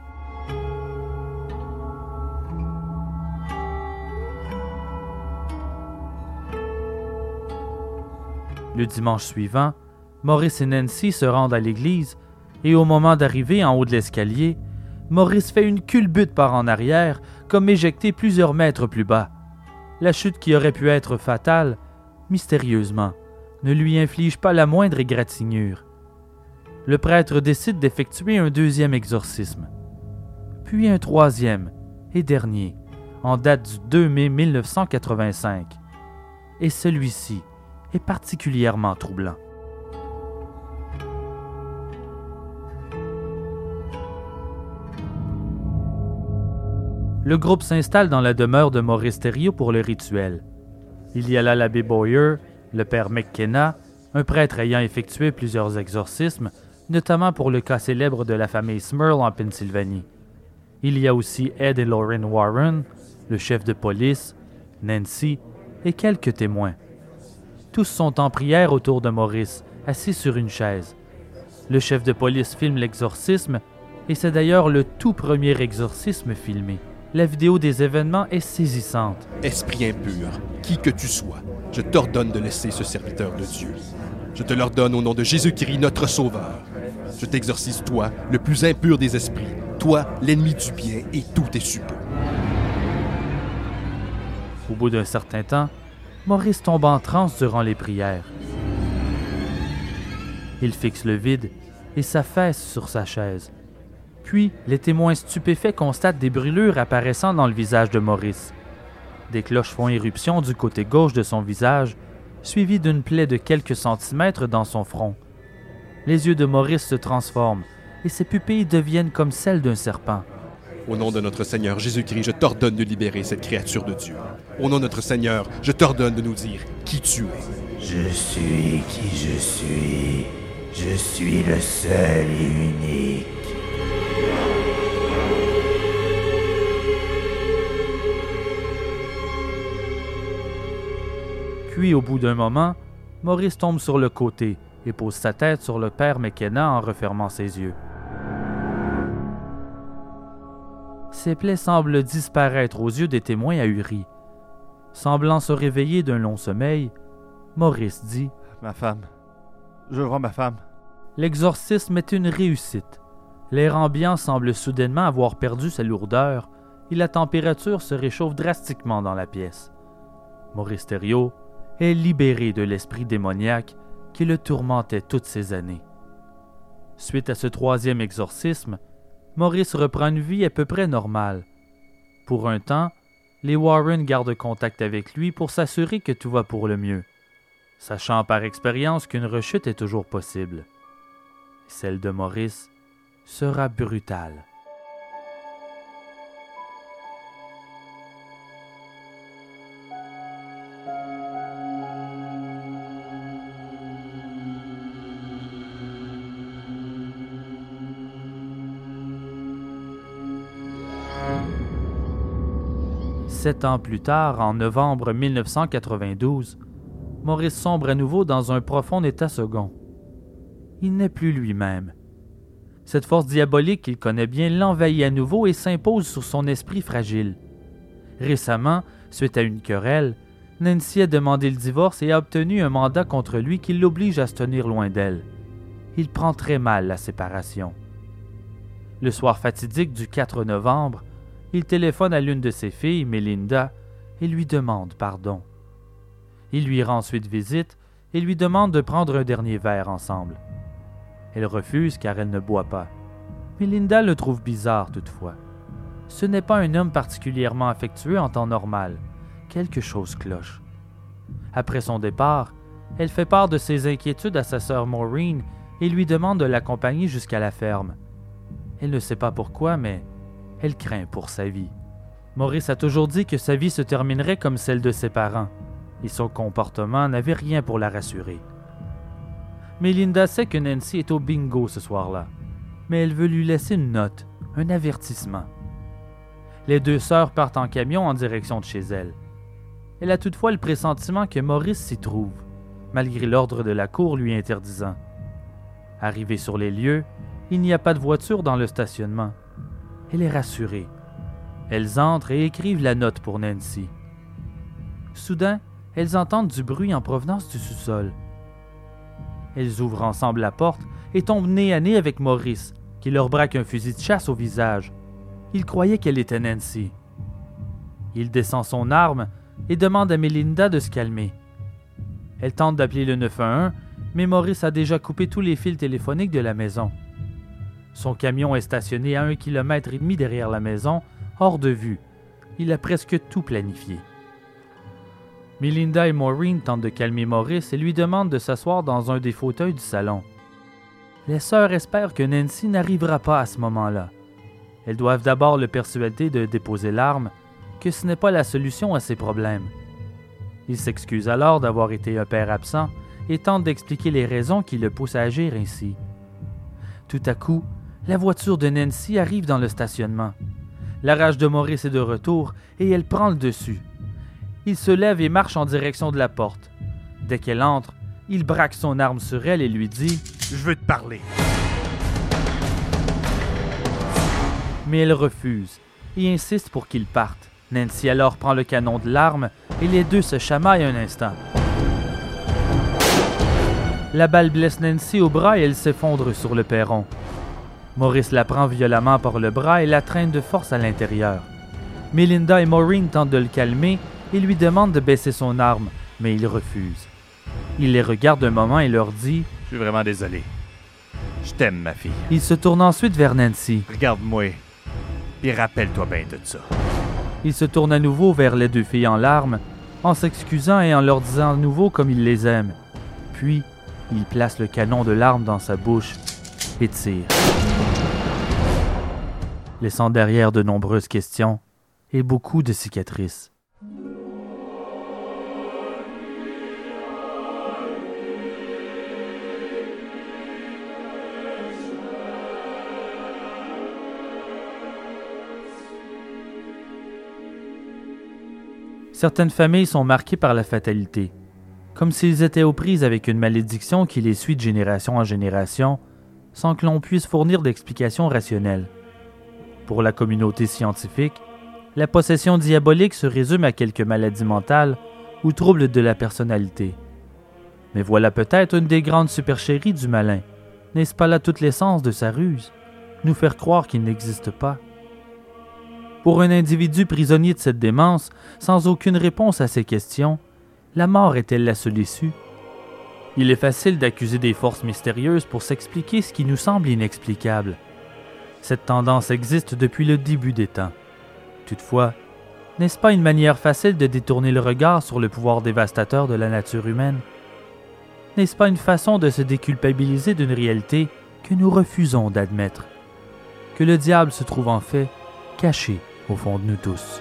Le dimanche suivant, Maurice et Nancy se rendent à l'église et au moment d'arriver en haut de l'escalier, Maurice fait une culbute par en arrière, comme éjecté plusieurs mètres plus bas. La chute qui aurait pu être fatale, mystérieusement, ne lui inflige pas la moindre égratignure. Le prêtre décide d'effectuer un deuxième exorcisme, puis un troisième et dernier, en date du deux mai mille neuf cent quatre-vingt-cinq. Et celui-ci est particulièrement troublant. Le groupe s'installe dans la demeure de Maurice Thériault pour le rituel. Il y a là l'abbé Boyer, le père McKenna, un prêtre ayant effectué plusieurs exorcismes, notamment pour le cas célèbre de la famille Smurl en Pennsylvanie. Il y a aussi Ed et Lauren Warren, le chef de police, Nancy et quelques témoins. Tous sont en prière autour de Maurice, assis sur une chaise. Le chef de police filme l'exorcisme, et c'est d'ailleurs le tout premier exorcisme filmé. La vidéo des événements est saisissante. Esprit impur, qui que tu sois, je t'ordonne de laisser ce serviteur de Dieu. Je te l'ordonne au nom de Jésus-Christ, notre Sauveur. Je t'exorcise, toi, le plus impur des esprits, toi, l'ennemi du bien et tous tes suppôts. Au bout d'un certain temps, Maurice tombe en transe durant les prières. Il fixe le vide et s'affaisse sur sa chaise. Puis, les témoins stupéfaits constatent des brûlures apparaissant dans le visage de Maurice. Des cloches font éruption du côté gauche de son visage, suivies d'une plaie de quelques centimètres dans son front. Les yeux de Maurice se transforment et ses pupilles deviennent comme celles d'un serpent. Au nom de notre Seigneur Jésus-Christ, je t'ordonne de libérer cette créature de Dieu. Au nom de notre Seigneur, je t'ordonne de nous dire qui tu es. Je suis qui je suis. Je suis le seul et unique. Puis, au bout d'un moment, Maurice tombe sur le côté et pose sa tête sur le père McKenna en refermant ses yeux. Ses plaies semblent disparaître aux yeux des témoins ahuris. Semblant se réveiller d'un long sommeil, Maurice dit « Ma femme. Je veux voir ma femme. » L'exorcisme est une réussite. L'air ambiant semble soudainement avoir perdu sa lourdeur et la température se réchauffe drastiquement dans la pièce. Maurice Thériault est libéré de l'esprit démoniaque qui le tourmentait toutes ces années. Suite à ce troisième exorcisme, Maurice reprend une vie à peu près normale. Pour un temps, les Warren gardent contact avec lui pour s'assurer que tout va pour le mieux, sachant par expérience qu'une rechute est toujours possible. Celle de Maurice sera brutale. Sept ans plus tard, en novembre mille neuf cent quatre-vingt-douze, Maurice sombre à nouveau dans un profond état second. Il n'est plus lui-même. Cette force diabolique qu'il connaît bien l'envahit à nouveau et s'impose sur son esprit fragile. Récemment, suite à une querelle, Nancy a demandé le divorce et a obtenu un mandat contre lui qui l'oblige à se tenir loin d'elle. Il prend très mal la séparation. Le soir fatidique du quatre novembre, il téléphone à l'une de ses filles, Melinda, et lui demande pardon. Il lui rend ensuite visite et lui demande de prendre un dernier verre ensemble. Elle refuse car elle ne boit pas. Melinda le trouve bizarre toutefois. Ce n'est pas un homme particulièrement affectueux en temps normal. Quelque chose cloche. Après son départ, elle fait part de ses inquiétudes à sa sœur Maureen et lui demande de l'accompagner jusqu'à la ferme. Elle ne sait pas pourquoi, mais elle craint pour sa vie. Maurice a toujours dit que sa vie se terminerait comme celle de ses parents, et son comportement n'avait rien pour la rassurer. Melinda sait que Nancy est au bingo ce soir-là, mais elle veut lui laisser une note, un avertissement. Les deux sœurs partent en camion en direction de chez elle. Elle a toutefois le pressentiment que Maurice s'y trouve, malgré l'ordre de la cour lui interdisant. Arrivée sur les lieux, il n'y a pas de voiture dans le stationnement. Elle est rassurée. Elles entrent et écrivent la note pour Nancy. Soudain, elles entendent du bruit en provenance du sous-sol. Elles ouvrent ensemble la porte et tombent nez à nez avec Maurice, qui leur braque un fusil de chasse au visage. Il croyait qu'elle était Nancy. Il descend son arme et demande à Melinda de se calmer. Elle tente d'appeler le neuf un un, mais Maurice a déjà coupé tous les fils téléphoniques de la maison. Son camion est stationné à un kilomètre et demi derrière la maison, hors de vue. Il a presque tout planifié. Melinda et Maureen tentent de calmer Maurice et lui demandent de s'asseoir dans un des fauteuils du salon. Les sœurs espèrent que Nancy n'arrivera pas à ce moment-là. Elles doivent d'abord le persuader de déposer l'arme, que ce n'est pas la solution à ses problèmes. Il s'excuse alors d'avoir été un père absent et tente d'expliquer les raisons qui le poussent à agir ainsi. Tout à coup, la voiture de Nancy arrive dans le stationnement. La rage de Maurice est de retour et elle prend le dessus. Il se lève et marche en direction de la porte. Dès qu'elle entre, il braque son arme sur elle et lui dit « Je veux te parler. » Mais elle refuse et insiste pour qu'il parte. Nancy alors prend le canon de l'arme et les deux se chamaillent un instant. La balle blesse Nancy au bras et elle s'effondre sur le perron. Maurice la prend violemment par le bras et la traîne de force à l'intérieur. Melinda et Maureen tentent de le calmer et lui demandent de baisser son arme, mais il refuse. Il les regarde un moment et leur dit « Je suis vraiment désolé. Je t'aime, ma fille. » Il se tourne ensuite vers Nancy. « Regarde-moi, puis rappelle-toi bien de ça. » Il se tourne à nouveau vers les deux filles en larmes, en s'excusant et en leur disant à nouveau comme il les aime. Puis, il place le canon de l'arme dans sa bouche et tire, laissant derrière de nombreuses questions et beaucoup de cicatrices. Certaines familles sont marquées par la fatalité, comme s'ils étaient aux prises avec une malédiction qui les suit de génération en génération, sans que l'on puisse fournir d'explications rationnelles. Pour la communauté scientifique, la possession diabolique se résume à quelques maladies mentales ou troubles de la personnalité. Mais voilà peut-être une des grandes supercheries du malin. N'est-ce pas là toute l'essence de sa ruse? Nous faire croire qu'il n'existe pas. Pour un individu prisonnier de cette démence, sans aucune réponse à ces questions, la mort est-elle la seule issue? Il est facile d'accuser des forces mystérieuses pour s'expliquer ce qui nous semble inexplicable. Cette tendance existe depuis le début des temps. Toutefois, n'est-ce pas une manière facile de détourner le regard sur le pouvoir dévastateur de la nature humaine? N'est-ce pas une façon de se déculpabiliser d'une réalité que nous refusons d'admettre? Que le diable se trouve en fait caché au fond de nous tous.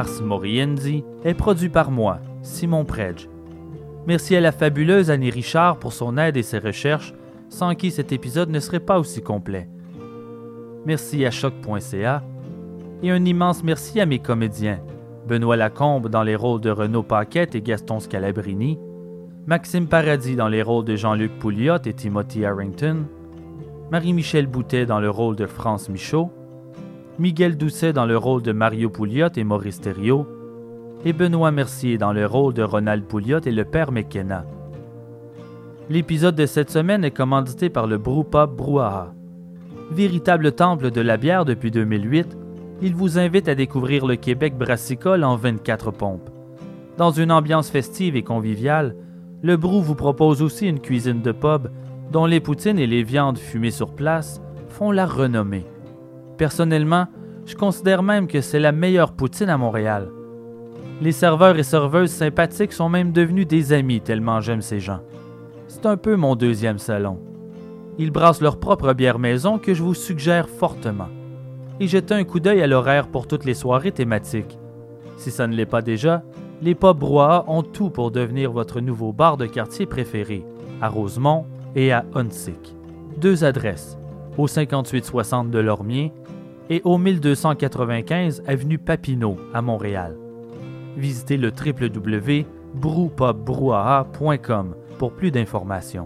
Ars Moriendi est produit par moi, Simon Predge. Merci à la fabuleuse Annie Richard pour son aide et ses recherches, sans qui cet épisode ne serait pas aussi complet. Merci à choc point c a et un immense merci à mes comédiens, Benoît Lacombe dans les rôles de Renaud Paquette et Gaston Scalabrini, Maxime Paradis dans les rôles de Jean-Luc Pouliot et Timothy Harrington, Marie-Michel Boutet dans le rôle de France Michaud, Miguel Doucet dans le rôle de Mario Pouliot et Maurice Thériault, et Benoît Mercier dans le rôle de Ronald Pouliot et le père McKenna. L'épisode de cette semaine est commandité par le Brewpub Brouhaha. Véritable temple de la bière depuis deux mille huit, il vous invite à découvrir le Québec brassicole en vingt-quatre pompes. Dans une ambiance festive et conviviale, le Brew vous propose aussi une cuisine de pub dont les poutines et les viandes fumées sur place font la renommée. Personnellement, je considère même que c'est la meilleure poutine à Montréal. Les serveurs et serveuses sympathiques sont même devenus des amis tellement j'aime ces gens. C'est un peu mon deuxième salon. Ils brassent leur propre bière maison que je vous suggère fortement. Et jetez un coup d'œil à l'horaire pour toutes les soirées thématiques. Si ça ne l'est pas déjà, les pubs Brouhaha ont tout pour devenir votre nouveau bar de quartier préféré, à Rosemont et à Huntsic. Deux adresses, au cinquante-huit soixante de Lormier et au mille deux cent quatre-vingt-quinze avenue Papineau à Montréal. Visitez le w w w point brewpub brouhaha point com pour plus d'informations.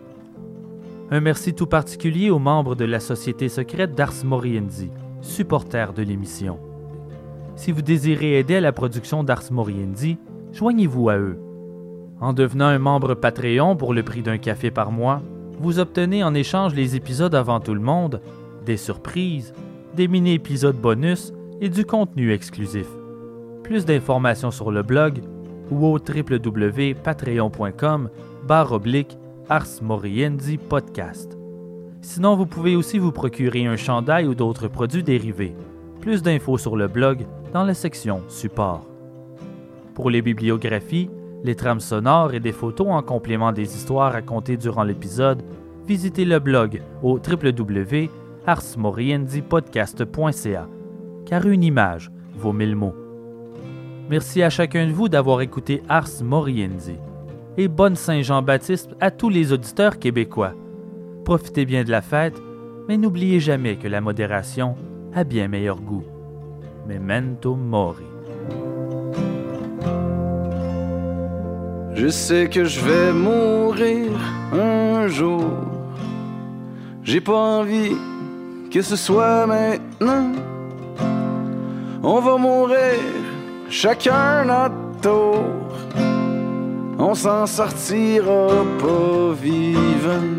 Un merci tout particulier aux membres de la Société secrète d'Ars Moriendi, supporters de l'émission. Si vous désirez aider à la production d'Ars Moriendi, joignez-vous à eux. En devenant un membre Patreon pour le prix d'un café par mois, vous obtenez en échange les épisodes avant tout le monde, des surprises, des mini-épisodes bonus et du contenu exclusif. Plus d'informations sur le blog ou au w w w point patreon point com barre oblique Ars Moriendi Podcast. Sinon, vous pouvez aussi vous procurer un chandail ou d'autres produits dérivés. Plus d'infos sur le blog dans la section Support. Pour les bibliographies, les trames sonores et des photos en complément des histoires racontées durant l'épisode, visitez le blog au w w w point ars moriendi podcast point c a, car une image vaut mille mots. Merci à chacun de vous d'avoir écouté Ars Moriendi. Et bonne Saint-Jean-Baptiste à tous les auditeurs québécois. Profitez bien de la fête, mais n'oubliez jamais que la modération a bien meilleur goût. Memento mori. Je sais que je vais mourir un jour. J'ai pas envie que ce soit maintenant. On va mourir chacun notre tour. On s'en sortira pas vivant.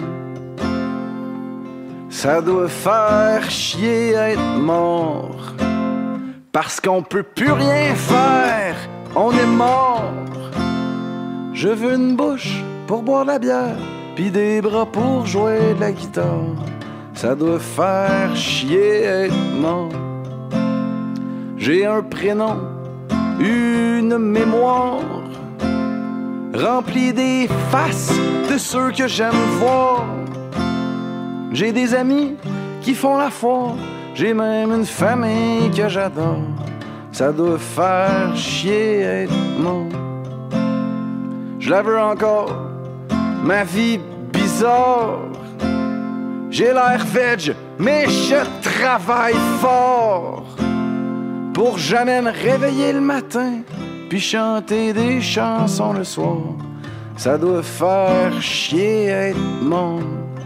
Ça doit faire chier être mort. Parce qu'on peut plus rien faire, on est mort. Je veux une bouche pour boire la bière, pis des bras pour jouer de la guitare. Ça doit faire chier être mort. J'ai un prénom, une mémoire remplie des faces de ceux que j'aime voir. J'ai des amis qui font la foire, j'ai même une famille que j'adore. Ça doit faire chier être mort. Je la veux encore, ma vie bizarre. J'ai l'air veg, mais je travaille fort pour jamais me réveiller le matin puis chanter des chansons le soir. Ça doit faire chier être mort.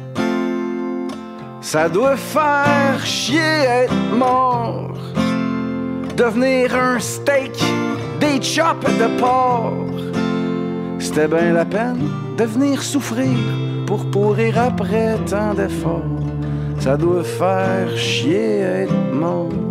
Ça doit faire chier être mort. Devenir un steak, des chops de porc. C'était bien la peine de venir souffrir pour pourrir après tant d'efforts. Ça doit faire chier être mort.